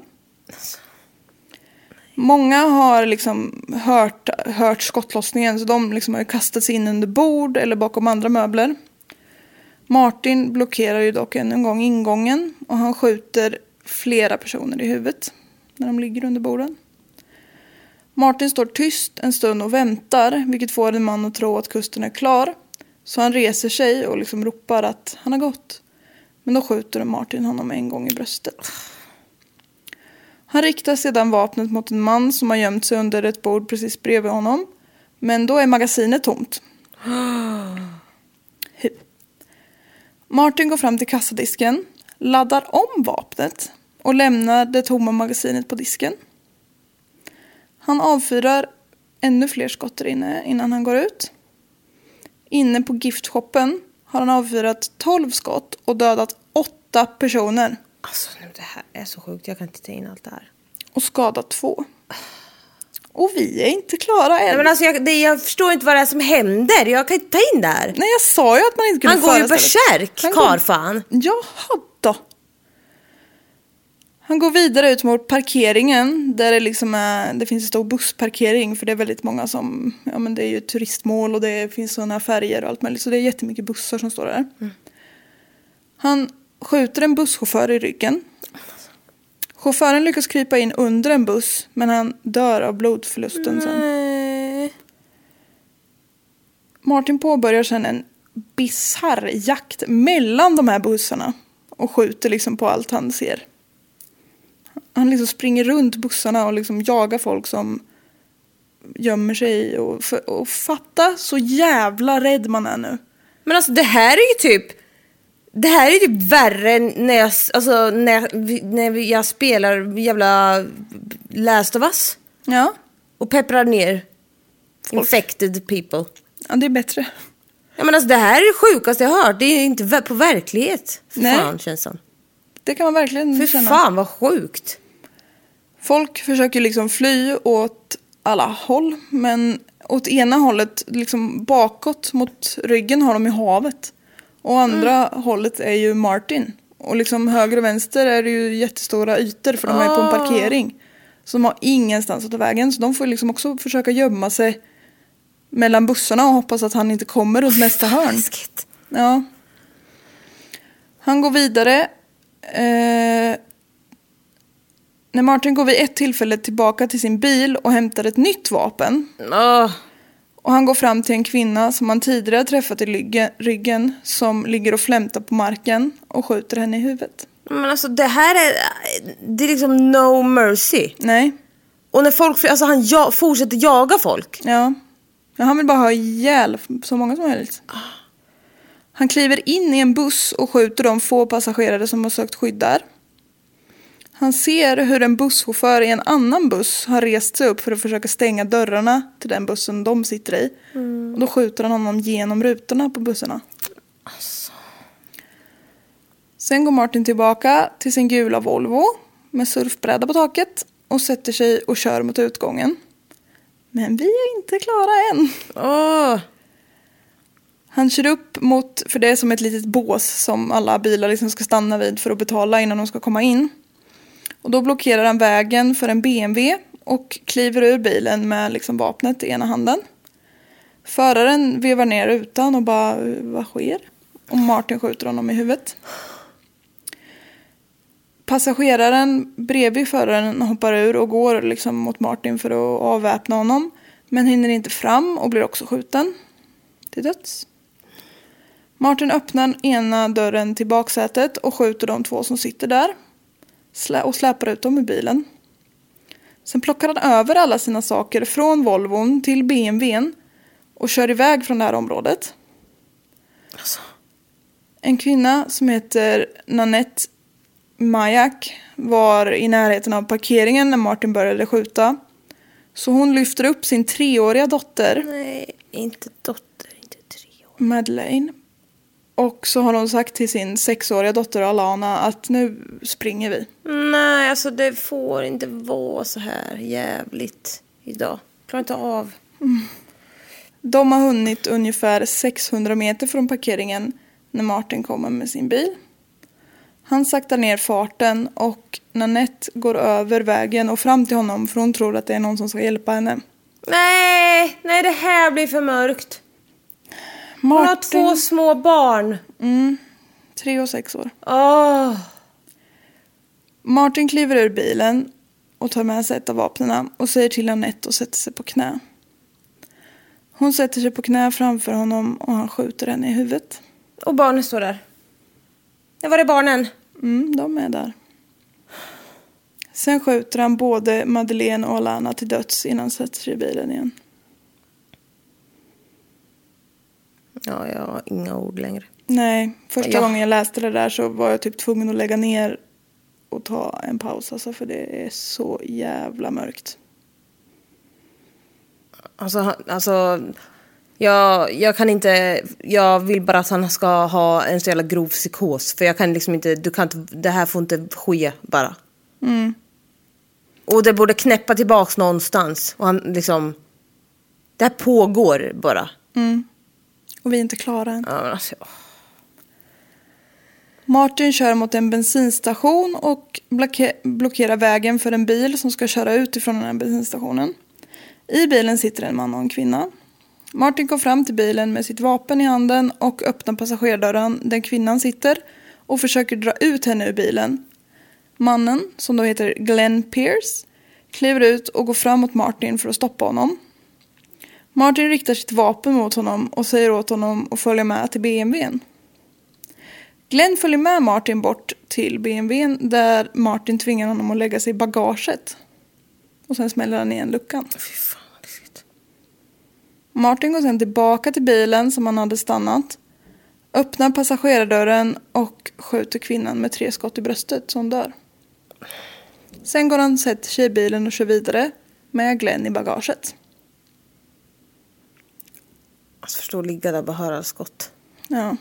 Många har liksom hört skottlossningen. Så de liksom har ju kastats in under bord eller bakom andra möbler. Martin blockerar ju dock ännu en gång ingången. Och han skjuter flera personer i huvudet. När de ligger under borden. Martin står tyst en stund och väntar. Vilket får en man att tro att kusten är klar. Så han reser sig och liksom ropar att han har gått. Men då skjuter Martin honom en gång i bröstet. Han riktar sedan vapnet mot en man som har gömt sig under ett bord precis bredvid honom. Men då är magasinet tomt. Martin går fram till kassadisken, laddar om vapnet och lämnar det tomma magasinet på disken. Han avfyrar ännu fler skott inne innan han går ut. Inne på giftshoppen har han avfyrat 12 skott och dödat 8 personer. Alltså det här är så sjukt, jag kan inte ta in allt det här. Och skadat 2. Och vi är inte klara än. Nej, men alltså jag förstår inte vad det är som händer. Jag kan inte ta in det här. Nej, jag sa ju att man inte kunde föreställa. Han går ju berserk, karfan. Jaha då. Han går vidare ut mot parkeringen där det liksom det finns en stor bussparkering för det är väldigt många som, ja men det är ju turistmål och det finns sådana färger och allt möjligt så det är jättemycket bussar som står där. Han skjuter en busschaufför i ryggen. Chauffören lyckas krypa in under en buss men han dör av blodförlusten sen. Martin påbörjar sen en bizarr jakt mellan de här bussarna och skjuter liksom på allt han ser. Han liksom springer runt bussarna och liksom jagar folk som gömmer sig. Och fatta så jävla rädd man är nu. Men alltså det här är ju typ värre än när jag spelar jävla Last of Us. Ja. Och pepprar ner infected people. Ja, det är bättre. Ja, men alltså det här är det sjukaste jag har hört. Det är inte på verklighet. Nej. Fan, känns som. Det kan man verkligen För känna. fan vad sjukt. Folk försöker liksom fly åt alla håll. Men åt ena hållet, liksom bakåt mot ryggen, har de i havet. Och andra hållet är ju Martin. Och liksom höger och vänster är det ju jättestora ytor, för de är på en parkering. Så de har ingenstans att ta vägen. Så de får liksom också försöka gömma sig mellan bussarna och hoppas att han inte kommer runt nästa hörn. Ja. Han går vidare. När Martin går vid ett tillfälle tillbaka till sin bil och hämtar ett nytt vapen. Och han går fram till en kvinna som han tidigare träffat i ryggen, som ligger och flämtar på marken, och skjuter henne i huvudet. Men alltså det här det är liksom no mercy. Nej. Och när folk, alltså han fortsätter jaga folk. Ja, han vill bara ha ihjäl så många som möjligt. Han kliver in i en buss och skjuter de få passagerare som har sökt skydd där. Han ser hur en busschaufför i en annan buss har rest sig upp för att försöka stänga dörrarna till den bussen de sitter i. Och då skjuter han honom genom rutorna på bussarna. Alltså. Sen går Martin tillbaka till sin gula Volvo med surfbräda på taket och sätter sig och kör mot utgången. Men vi är inte klara än. Han kör upp mot, för det är som ett litet bås som alla bilar liksom ska stanna vid för att betala innan de ska komma in. Och då blockerar han vägen för en BMW och kliver ur bilen med liksom vapnet i ena handen. Föraren vevar ner rutan och bara, vad sker? Och Martin skjuter honom i huvudet. Passageraren bredvid föraren hoppar ur och går liksom mot Martin för att avväpna honom. Men hinner inte fram och blir också skjuten till döds. Martin öppnar ena dörren till baksätet och skjuter de två som sitter där. Och släpar ut dem i bilen. Sen plockar han över alla sina saker från Volvon till BMWn och kör iväg från det här området. Alltså. En kvinna som heter Nanette Majak var i närheten av parkeringen när Martin började skjuta. Så hon lyfter upp sin 3-åriga dotter. Nej, inte dotter, inte 3-årig. Madeleine. Och så har hon sagt till sin 6-åriga dotter Alana att nu springer vi. Nej, alltså det får inte vara så här jävligt idag. Klarar inte av. De har hunnit ungefär 600 meter från parkeringen när Martin kommer med sin bil. Han saktar ner farten och Nanette går över vägen och fram till honom, för hon tror att det är någon som ska hjälpa henne. Nej, det här blir för mörkt. Hon har 2 små barn. 3 och 6 år. Martin kliver ur bilen och tar med sig ett av vapnen och säger till Nanette att sätta sig på knä. Hon sätter sig på knä framför honom och han skjuter henne i huvudet. Och barnen står där. Det var det barnen. De är där. Sen skjuter han både Madeleine och Alana till döds innan han sätter sig i bilen igen. Ja, jag har inga ord längre. Nej, första gången jag läste det där så var jag typ tvungen att lägga ner och ta en paus. Alltså, för det är så jävla mörkt. Alltså jag kan inte. Jag vill bara att han ska ha en så jävla grov psykos. För jag kan liksom inte, det här får inte ske bara. Och det borde knäppa tillbaks någonstans. Och han liksom, det här pågår bara. Och vi är inte klara än. Ja, men alltså. Martin kör mot en bensinstation och blockerar vägen för en bil som ska köra ut ifrån den här bensinstationen. I bilen sitter en man och en kvinna. Martin går fram till bilen med sitt vapen i handen och öppnar passagerardörren där kvinnan sitter och försöker dra ut henne ur bilen. Mannen, som då heter Glenn Pierce, kliver ut och går fram mot Martin för att stoppa honom. Martin riktar sitt vapen mot honom och säger åt honom att följa med till BMWn. Glenn följer med Martin bort till BMWn där Martin tvingar honom att lägga sig i bagaget. Och sen smäller han igen luckan. Fy fan vad läskigt. Martin går sen tillbaka till bilen som han hade stannat. Öppnar passagerardörren och skjuter kvinnan med 3 skott i bröstet så hon dör. Sen går han sätter sig i bilen och kör vidare med Glenn i bagaget. Alltså förstå att ligga där och bara höra skott. Ja.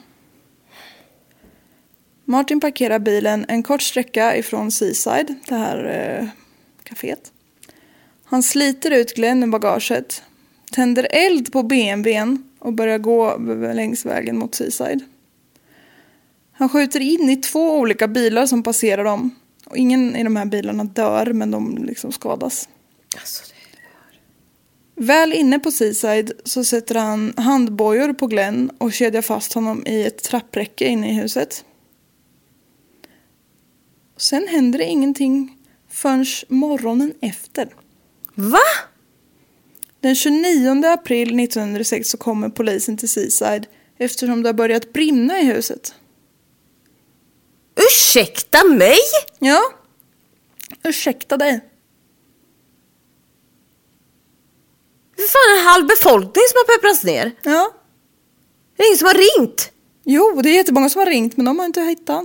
Martin parkerar bilen en kort sträcka ifrån Seaside, det här kaféet. Han sliter ut Glenn i bagaget, tänder eld på BMWn och börjar gå längs vägen mot Seaside. Han skjuter in i 2 olika bilar som passerar dem. Och ingen i de här bilarna dör, men de liksom skadas. Alltså det Väl inne på Seaside så sätter han handbojor på Glenn och kedjar fast honom i ett trappräcke inne i huset. Sen händer det ingenting förrän morgonen efter. Va? Den 29 april 1906 så kommer polisen till Seaside eftersom det har börjat brinna i huset. Ursäkta mig? Ja, ursäkta dig. Det är fan en halv befolkning som har pepprats ner. Ja. Det är ingen som har ringt. Jo, det är jättemånga som har ringt men de har inte hittat han.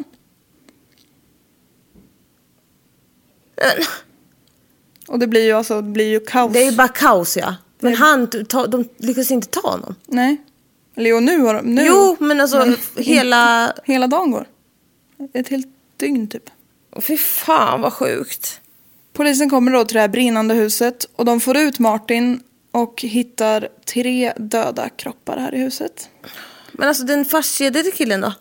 Och det blir ju kaos. Det är bara kaos, ja. Men de lyckas inte ta honom. Nej. Eller jo, nu har de... Jo, men alltså hela dagen går. Ett helt dygn typ. Fy fan vad sjukt. Polisen kommer då till det här brinnande huset och de får ut Martin och hittar 3 döda kroppar här i huset. Men alltså den fastkedjade killen då?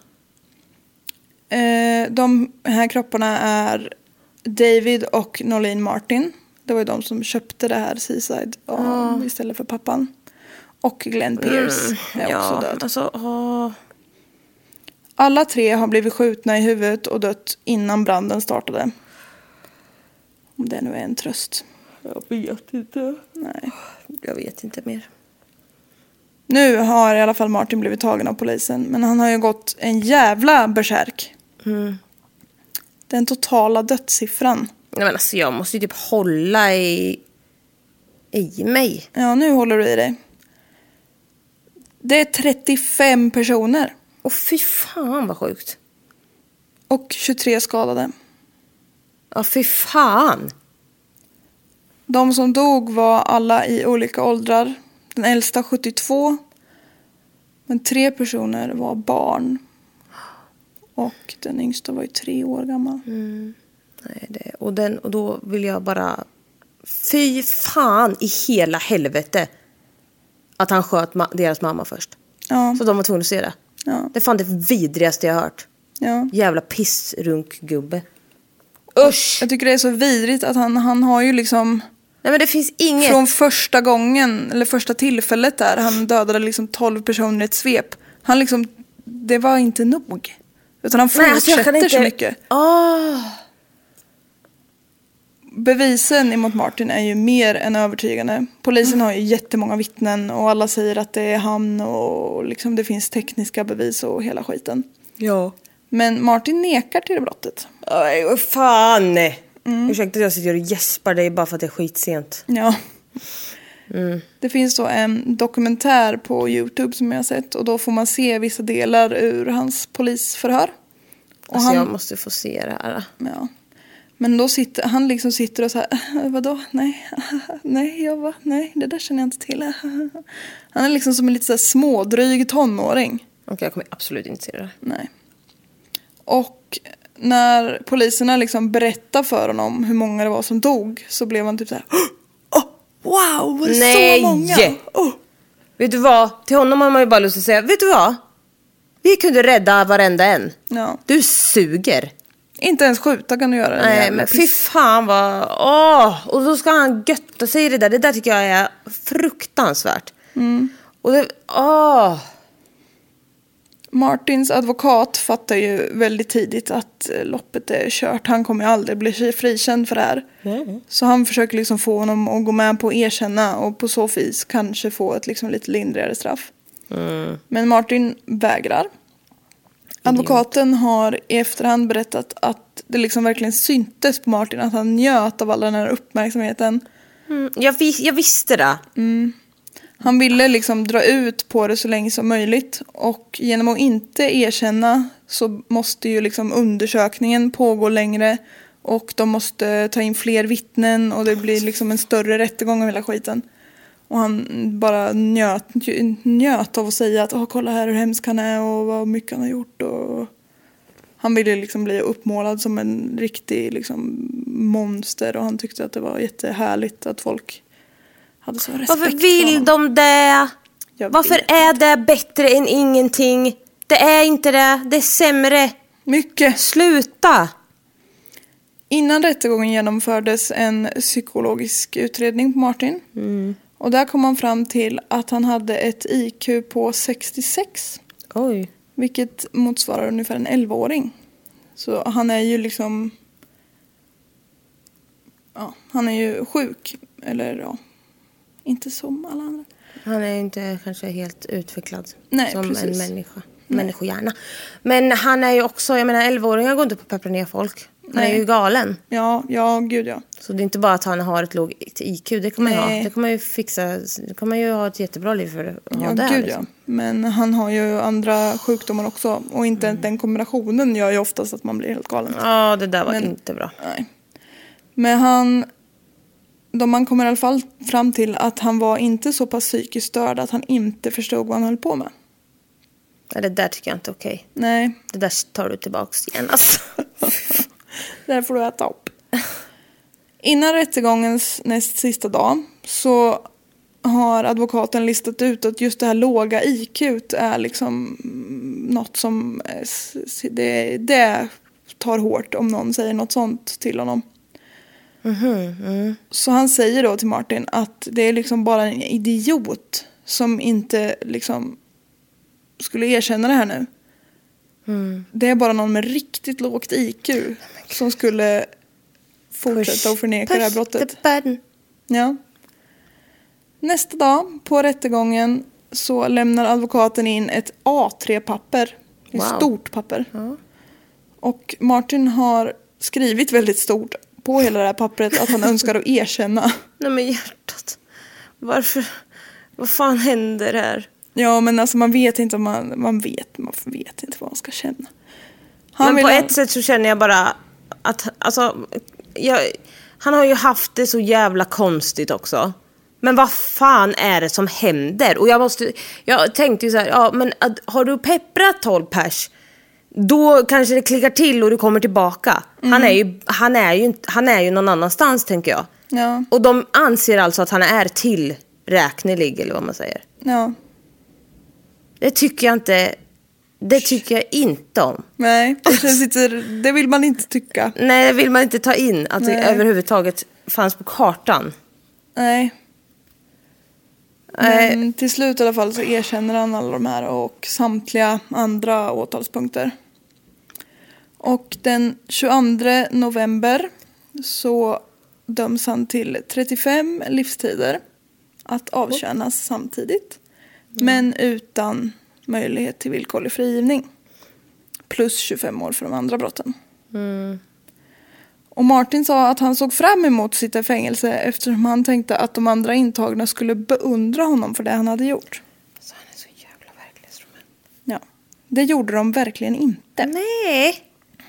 De här kropparna är David och Nolene Martin. Det var ju de som köpte det här Seaside istället för pappan. Och Glenn Pierce är också död. Alltså, Alla 3 har blivit skjutna i huvudet och dött innan branden startade. Om det nu är en tröst. Jag vet inte. Nej. Jag vet inte mer. Nu har i alla fall Martin blivit tagen av polisen. Men han har ju gått en jävla berserk. Den totala dödssiffran. Nej men alltså jag måste ju typ hålla i mig. Ja, nu håller du i dig. Det är 35 personer. Åh fy fan vad sjukt. Och 23 skadade. Ja fy fan. De som dog var alla i olika åldrar. Den äldsta 72. Men 3 personer var barn. Och den yngsta var ju 3 år gammal. Nej, och då vill jag bara... Fy fan i hela helvete. Att han sköt deras mamma först. Ja. Så de var tvungna att se det. Ja. Det är fan det vidrigaste jag har hört. Ja. Jävla pissrunkgubbe. Usch! Jag tycker det är så vidrigt att han har ju liksom... Nej men det finns inget... Från första gången, eller första tillfället där han dödade liksom 12 personer i ett svep. Han liksom... Det var inte nog. Utan han fortsätter så mycket. Bevisen emot Martin är ju mer än övertygande. Polisen har ju jättemånga vittnen och alla säger att det är han och liksom det finns tekniska bevis och hela skiten. Ja. Men Martin nekar till det brottet. Oj, vad fan! Ursäkta att jag sitter och gäspar, det är bara för att det är skitsent. Ja. Det finns då en dokumentär på YouTube som jag har sett och då får man se vissa delar ur hans polisförhör. Och alltså jag måste få se det här. Ja. Men då han liksom sitter och så här, vadå? Nej, nej, det där känner jag inte till. Han är liksom som en lite så här smådryg tonåring. Okej, jag kommer absolut inte se det. Nej. Och när poliserna liksom berättar för honom hur många det var som dog så blev han typ så här, wow, var det så många? Vet du vad? Till honom har man ju bara lust att säga, vet du vad? Vi kunde rädda varenda en. Ja. Du suger. Inte ens skjuta kan du göra. Nej, men fy fan vad... och då ska han götta sig i det där. Det där tycker jag är fruktansvärt. Och det... Martins advokat fattar ju väldigt tidigt att loppet är kört. Han kommer ju aldrig bli frikänd för det här. Så han försöker liksom få honom att gå med på att erkänna och på så vis kanske få ett liksom lite lindrigare straff. Men Martin vägrar. Advokaten har i efterhand berättat att det liksom verkligen syntes på Martin att han njöt av all den här uppmärksamheten. Jag visste det. Han ville liksom dra ut på det så länge som möjligt. Och genom att inte erkänna så måste ju liksom undersökningen pågå längre. Och de måste ta in fler vittnen och det blir liksom en större rättegång av hela skiten. Och han bara njöt av att säga att kolla här hur hemsk han är och vad mycket han har gjort. Och han ville liksom bli uppmålad som en riktig liksom monster och han tyckte att det var jättehärligt att folk hade så respekt. Varför vill de det? Varför är det bättre än ingenting? Det är inte det, det är sämre. Mycket. Sluta! Innan rättegången genomfördes en psykologisk utredning på Martin. Och där kom man fram till att han hade ett IQ på 66. Oj. Vilket motsvarar ungefär en 11-åring. Så han är ju liksom... Ja, han är ju sjuk. Eller ja, inte som alla andra. Han är inte kanske helt utvecklad. Nej, som precis. En människohjärna. Men han är ju också, jag menar 11-åringar går inte på att peppra ner folk. Han är ju galen. Ja, gud ja. Så det är inte bara att han har ett lågt IQ. Det kan man ha. Det kan man ju fixa. Det kan man ju ha ett jättebra liv för att ha det. Gud liksom. ja. Men han har ju andra sjukdomar också. Och inte den kombinationen gör ju oftast att man blir helt galen. Ja, det där var inte bra. Nej. Men man kommer i alla fall fram till att han var inte så pass psykiskt störd att han inte förstod vad han höll på med. Ja, det där tycker jag inte är okej. Nej. Det där tar du tillbaks igen alltså. Där får du äta upp. Innan rättegångens näst sista dag så har advokaten listat ut att just det här låga IQ är liksom något som det tar hårt om någon säger något sånt till honom. Så han säger då till Martin att det är liksom bara en idiot som inte liksom skulle erkänna det här nu. Det är bara någon med riktigt lågt IQ som skulle fortsätta att förneka det här brottet. Ja. Nästa dag på rättegången så lämnar advokaten in ett A3-papper. Ett stort papper. Och Martin har skrivit väldigt stort på hela det här pappret att han önskar att erkänna. Nej men hjärtat. Varför? Vad fan händer här? Ja, men alltså man vet inte man vet inte vad man ska känna. Men på ett sätt så känner jag bara att alltså han har ju haft det så jävla konstigt också. Men vad fan är det som händer? Och jag tänkte ju så här, ja men har du pepprat 12 pers då kanske det klickar till och du kommer tillbaka. Han är ju någon annanstans tänker jag. Ja. Och de anser alltså att han är tillräknelig eller vad man säger. Ja. Det tycker jag inte om. Nej, det vill man inte tycka. Nej, det vill man inte ta in. Att det överhuvudtaget fanns på kartan. Nej. Men till slut i alla fall så erkänner han alla de här och samtliga andra åtalspunkter. Och den 22 november så döms han till 35 livstider att avtjänas samtidigt. Men utan möjlighet till villkorlig frigivning. Plus 25 år för de andra brotten. Och Martin sa att han såg fram emot att sitta i fängelse eftersom han tänkte att de andra intagna skulle beundra honom för det han hade gjort. Så han är så jävla verklighetsfrånvänd. Ja, det gjorde de verkligen inte. Nej.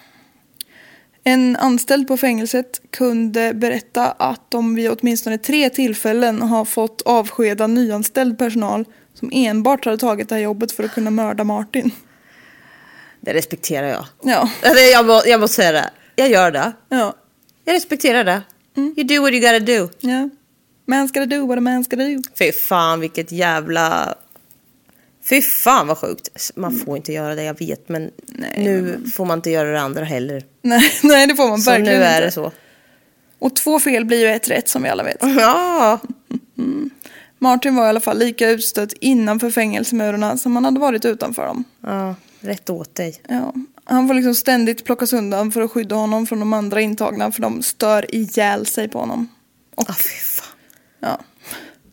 En anställd på fängelset kunde berätta att de vid åtminstone 3 tillfällen har fått avskeda nyanställd personal som enbart hade tagit det här jobbet för att kunna mörda Martin. Det respekterar jag. Ja. Jag måste säga det. Jag gör det. Ja. Jag respekterar det. You do what you gotta do. Ja. Man ska do what a man ska do. Fy fan, vilket jävla... Fy fan vad sjukt. Man får inte göra det, jag vet. Men nu får man inte göra det andra heller. Nej, det får man verkligen inte. Så nu är det så. Och 2 fel blir ju 1 rätt som vi alla vet. Ja. Martin var i alla fall lika utstött innanför fängelsemurarna som han hade varit utanför dem. Ja, rätt åt dig. Ja. Han får liksom ständigt plockas undan för att skydda honom från de andra intagna. För de stör ihjäl sig på honom. Och, fy fan. Ja.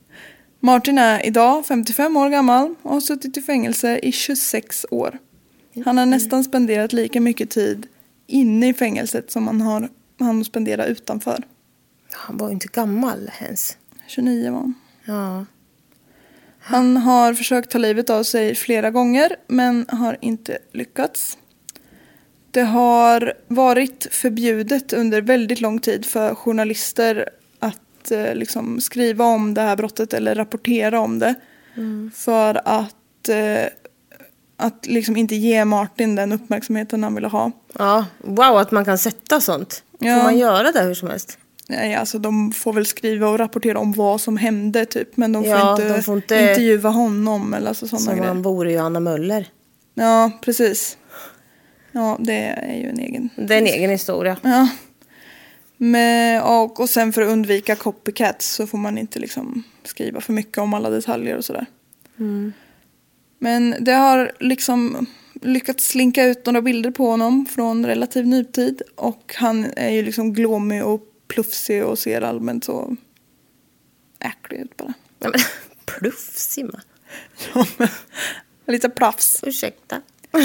Martin är idag 55 år gammal och har suttit i fängelse i 26 år. Han har nästan spenderat lika mycket tid inne i fängelset som han spenderat utanför. Han var ju inte gammal ens. 29 var han. Ja. Han har försökt ta livet av sig flera gånger men har inte lyckats. Det har varit förbjudet under väldigt lång tid för journalister att liksom skriva om det här brottet eller rapportera om det. För att liksom inte ge Martin den uppmärksamheten han ville ha. Ja, wow, att man kan sätta sånt. Ja. Får man göra det hur som helst? Nej, alltså de får väl skriva och rapportera om vad som hände typ. Men de får inte intervjua honom eller alltså sådana grejer. Som han bor i Anna Möller. Ja, precis. Ja, det är ju en egen... Det är en egen historia. Ja. Och sen för att undvika copycats så får man inte liksom skriva för mycket om alla detaljer och sådär. Men det har liksom lyckats slinka ut några bilder på honom från relativ nutid. Och han är ju liksom glåmig och plufsig och ser allmänt så äcklig ut bara. Ja, men plufsig man. Ja, men lite plafs. Ursäkta.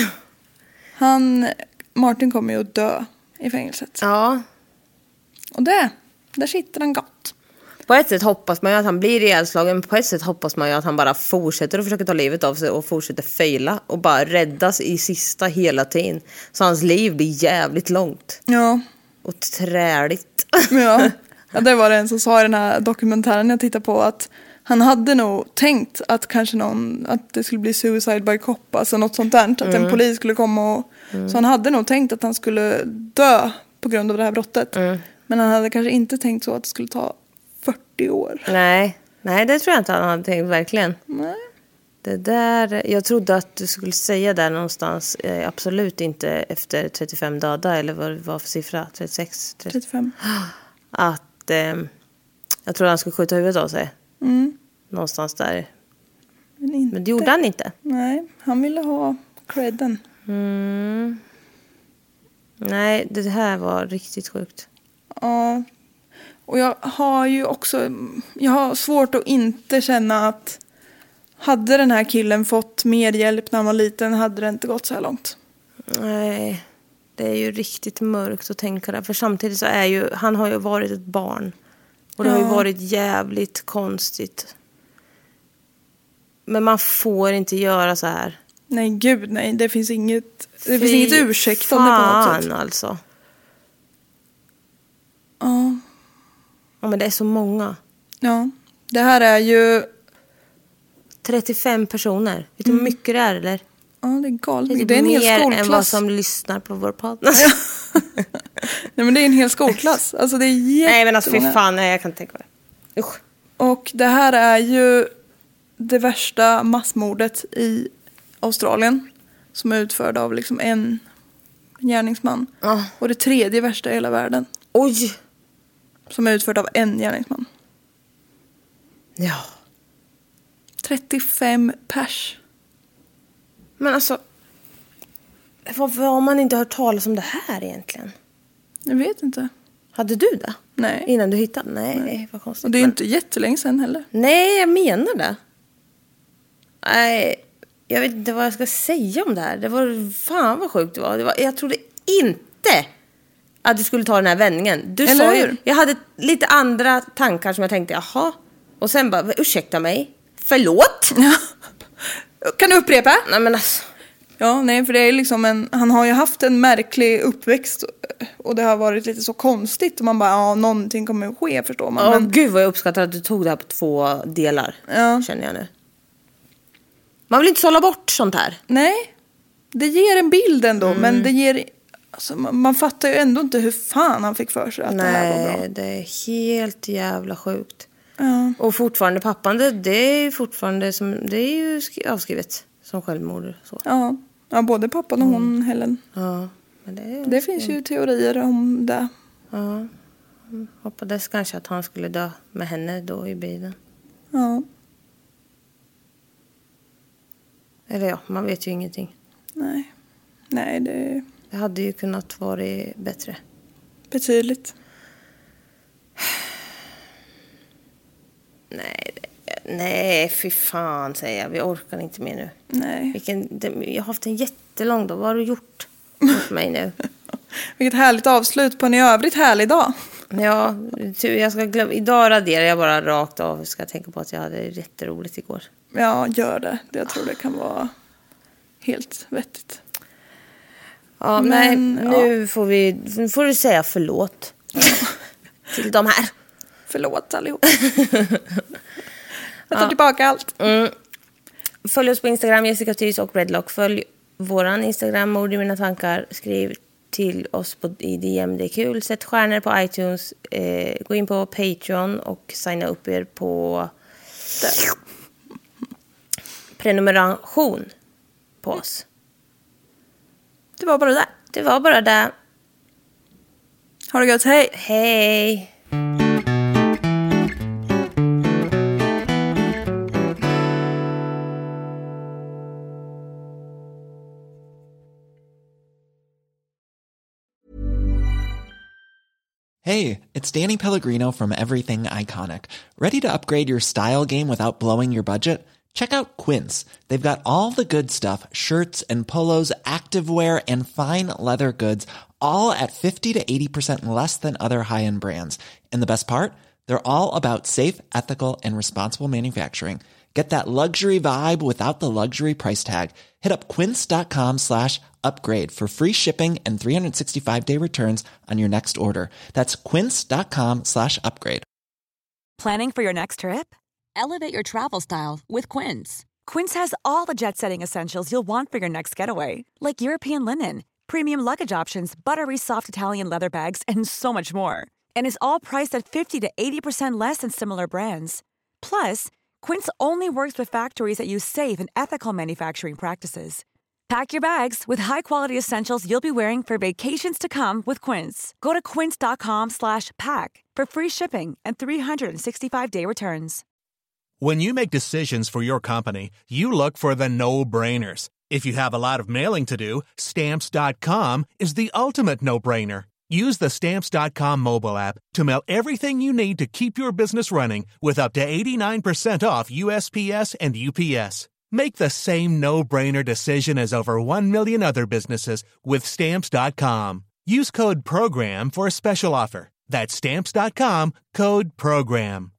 Martin kommer ju att dö i fängelset. Ja. Och där sitter han gott. På ett sätt hoppas man ju att han blir ihjälslagen. På ett sätt hoppas man ju att han bara fortsätter att försöka ta livet av sig och fortsätter fejla och bara räddas i sista hela tiden. Så hans liv blir jävligt långt. Ja. Och träligt. Ja, det var det en som sa i den här dokumentären jag tittade på att han hade nog tänkt att kanske att det skulle bli suicide by cop, alltså något sånt där, att en polis skulle komma och så han hade nog tänkt att han skulle dö på grund av det här brottet. Men han hade kanske inte tänkt så att det skulle ta 40 år. Nej, det tror jag inte han hade tänkt verkligen. Nej. Det där, jag trodde att du skulle säga där någonstans, absolut inte efter 35 döda, eller vad det var för siffra, 35. Att jag tror han skulle skjuta huvudet av sig. Någonstans där. Men det gjorde han inte. Nej, han ville ha credden. Nej, det här var riktigt sjukt. Ja. Och jag har svårt att inte känna att hade den här killen fått mer hjälp när han var liten hade det inte gått så här långt. Nej, det är ju riktigt mörkt att tänka det. För samtidigt så han har ju varit ett barn. Och det har ju varit jävligt konstigt. Men man får inte göra så här. Nej, gud nej. Det finns inget ursäkt om det på något sätt. Alltså. Ja. Ja, men det är så många. Ja, det här är ju 35 personer. Vet du hur mycket det är, eller? Ja, det är galet. Det är en hel skolklass. Mer än vad som lyssnar på vår podd. Ja. Nej, men det är en hel skolklass. Alltså det är jättemånga. Nej, men alltså fy fan, nej, jag kan tänka på det. Usch. Och det här är ju det värsta massmordet i Australien som är utförd av liksom en gärningsman. Och det 3:e värsta i hela världen. Oj! Som är utförd av en gärningsman. Ja. 35 pers. Men alltså, varför har man inte hört talas om det här egentligen? Jag vet inte. Hade du det? Nej. Innan du hittade? Nej, vad konstigt. Och det är inte jättelänge sedan heller. Nej, jag menar det. Nej, jag vet inte vad jag ska säga om det här. Det var fan vad sjukt det var. Jag trodde inte att du skulle ta den här vändningen. Du sa ju, jag hade lite andra tankar som jag tänkte, jaha. Och sen bara, ursäkta mig. Förlåt? Ja. Kan du upprepa? Nej, men alltså. Ja, nej, för det är liksom han har ju haft en märklig uppväxt och det har varit lite så konstigt och man bara, ja, någonting kommer att ske, förstår man. Men gud vad jag uppskattar att du tog det här på 2 delar, känner jag nu. Man vill inte sålla bort sånt här. Nej, det ger en bild ändå, men det ger, alltså, man fattar ju ändå inte hur fan han fick för sig att det här var bra. Nej, det är helt jävla sjukt. Ja. Och fortfarande pappan, det är fortfarande det är ju avskrivet som självmord. Så. Ja, både pappan och hon, Helen. Ja, men det finns ju teorier om det. Ja, hoppades kanske att han skulle dö med henne då i bilen. Ja. Eller ja, man vet ju ingenting. Nej, det hade ju kunnat vara bättre. Nej, fy fan säger jag. Vi orkar inte mer nu. Nej. Jag har haft en jättelång dag. Vad har du gjort mot mig nu? Vilket härligt avslut på en i övrigt härlig dag. Ja, jag ska glömma. Idag raderar jag bara rakt av. Jag ska tänka på att jag hade jätteroligt igår. Ja, gör det. Jag tror det kan vara helt vettigt. Ja, men nu får du säga förlåt till de här. Förlåt allihop. Jag tar tillbaka allt. Följ oss på Instagram, Jessica Tys och Redlock. Följ våran Instagram, Mord i mina tankar. Skriv till oss i DM, det är kul. Sätt stjärnor på iTunes. Gå in på Patreon och signa upp er på prenumeration på oss. Det var bara det. Det var bara det. Ha det gott, hej. Hej. Hey, it's Danny Pellegrino from Everything Iconic. Ready to upgrade your style game without blowing your budget? Check out Quince. They've got all the good stuff, shirts and polos, activewear, and fine leather goods, all at 50 to 80% less than other high-end brands. And the best part? They're all about safe, ethical, and responsible manufacturing. Get that luxury vibe without the luxury price tag. Hit up quince.com/upgrade for free shipping and 365-day returns on your next order. That's quince.com/upgrade. Planning for your next trip? Elevate your travel style with Quince. Quince has all the jet-setting essentials you'll want for your next getaway, like European linen, premium luggage options, buttery soft Italian leather bags, and so much more. And is all priced at 50 to 80% less than similar brands. Plus, Quince only works with factories that use safe and ethical manufacturing practices. Pack your bags with high-quality essentials you'll be wearing for vacations to come with Quince. Go to quince.com/pack for free shipping and 365-day returns. When you make decisions for your company, you look for the no-brainers. If you have a lot of mailing to do, Stamps.com is the ultimate no-brainer. Use the Stamps.com mobile app to mail everything you need to keep your business running with up to 89% off USPS and UPS. Make the same no-brainer decision as over 1 million other businesses with Stamps.com. Use code PROGRAM for a special offer. That's Stamps.com, code PROGRAM.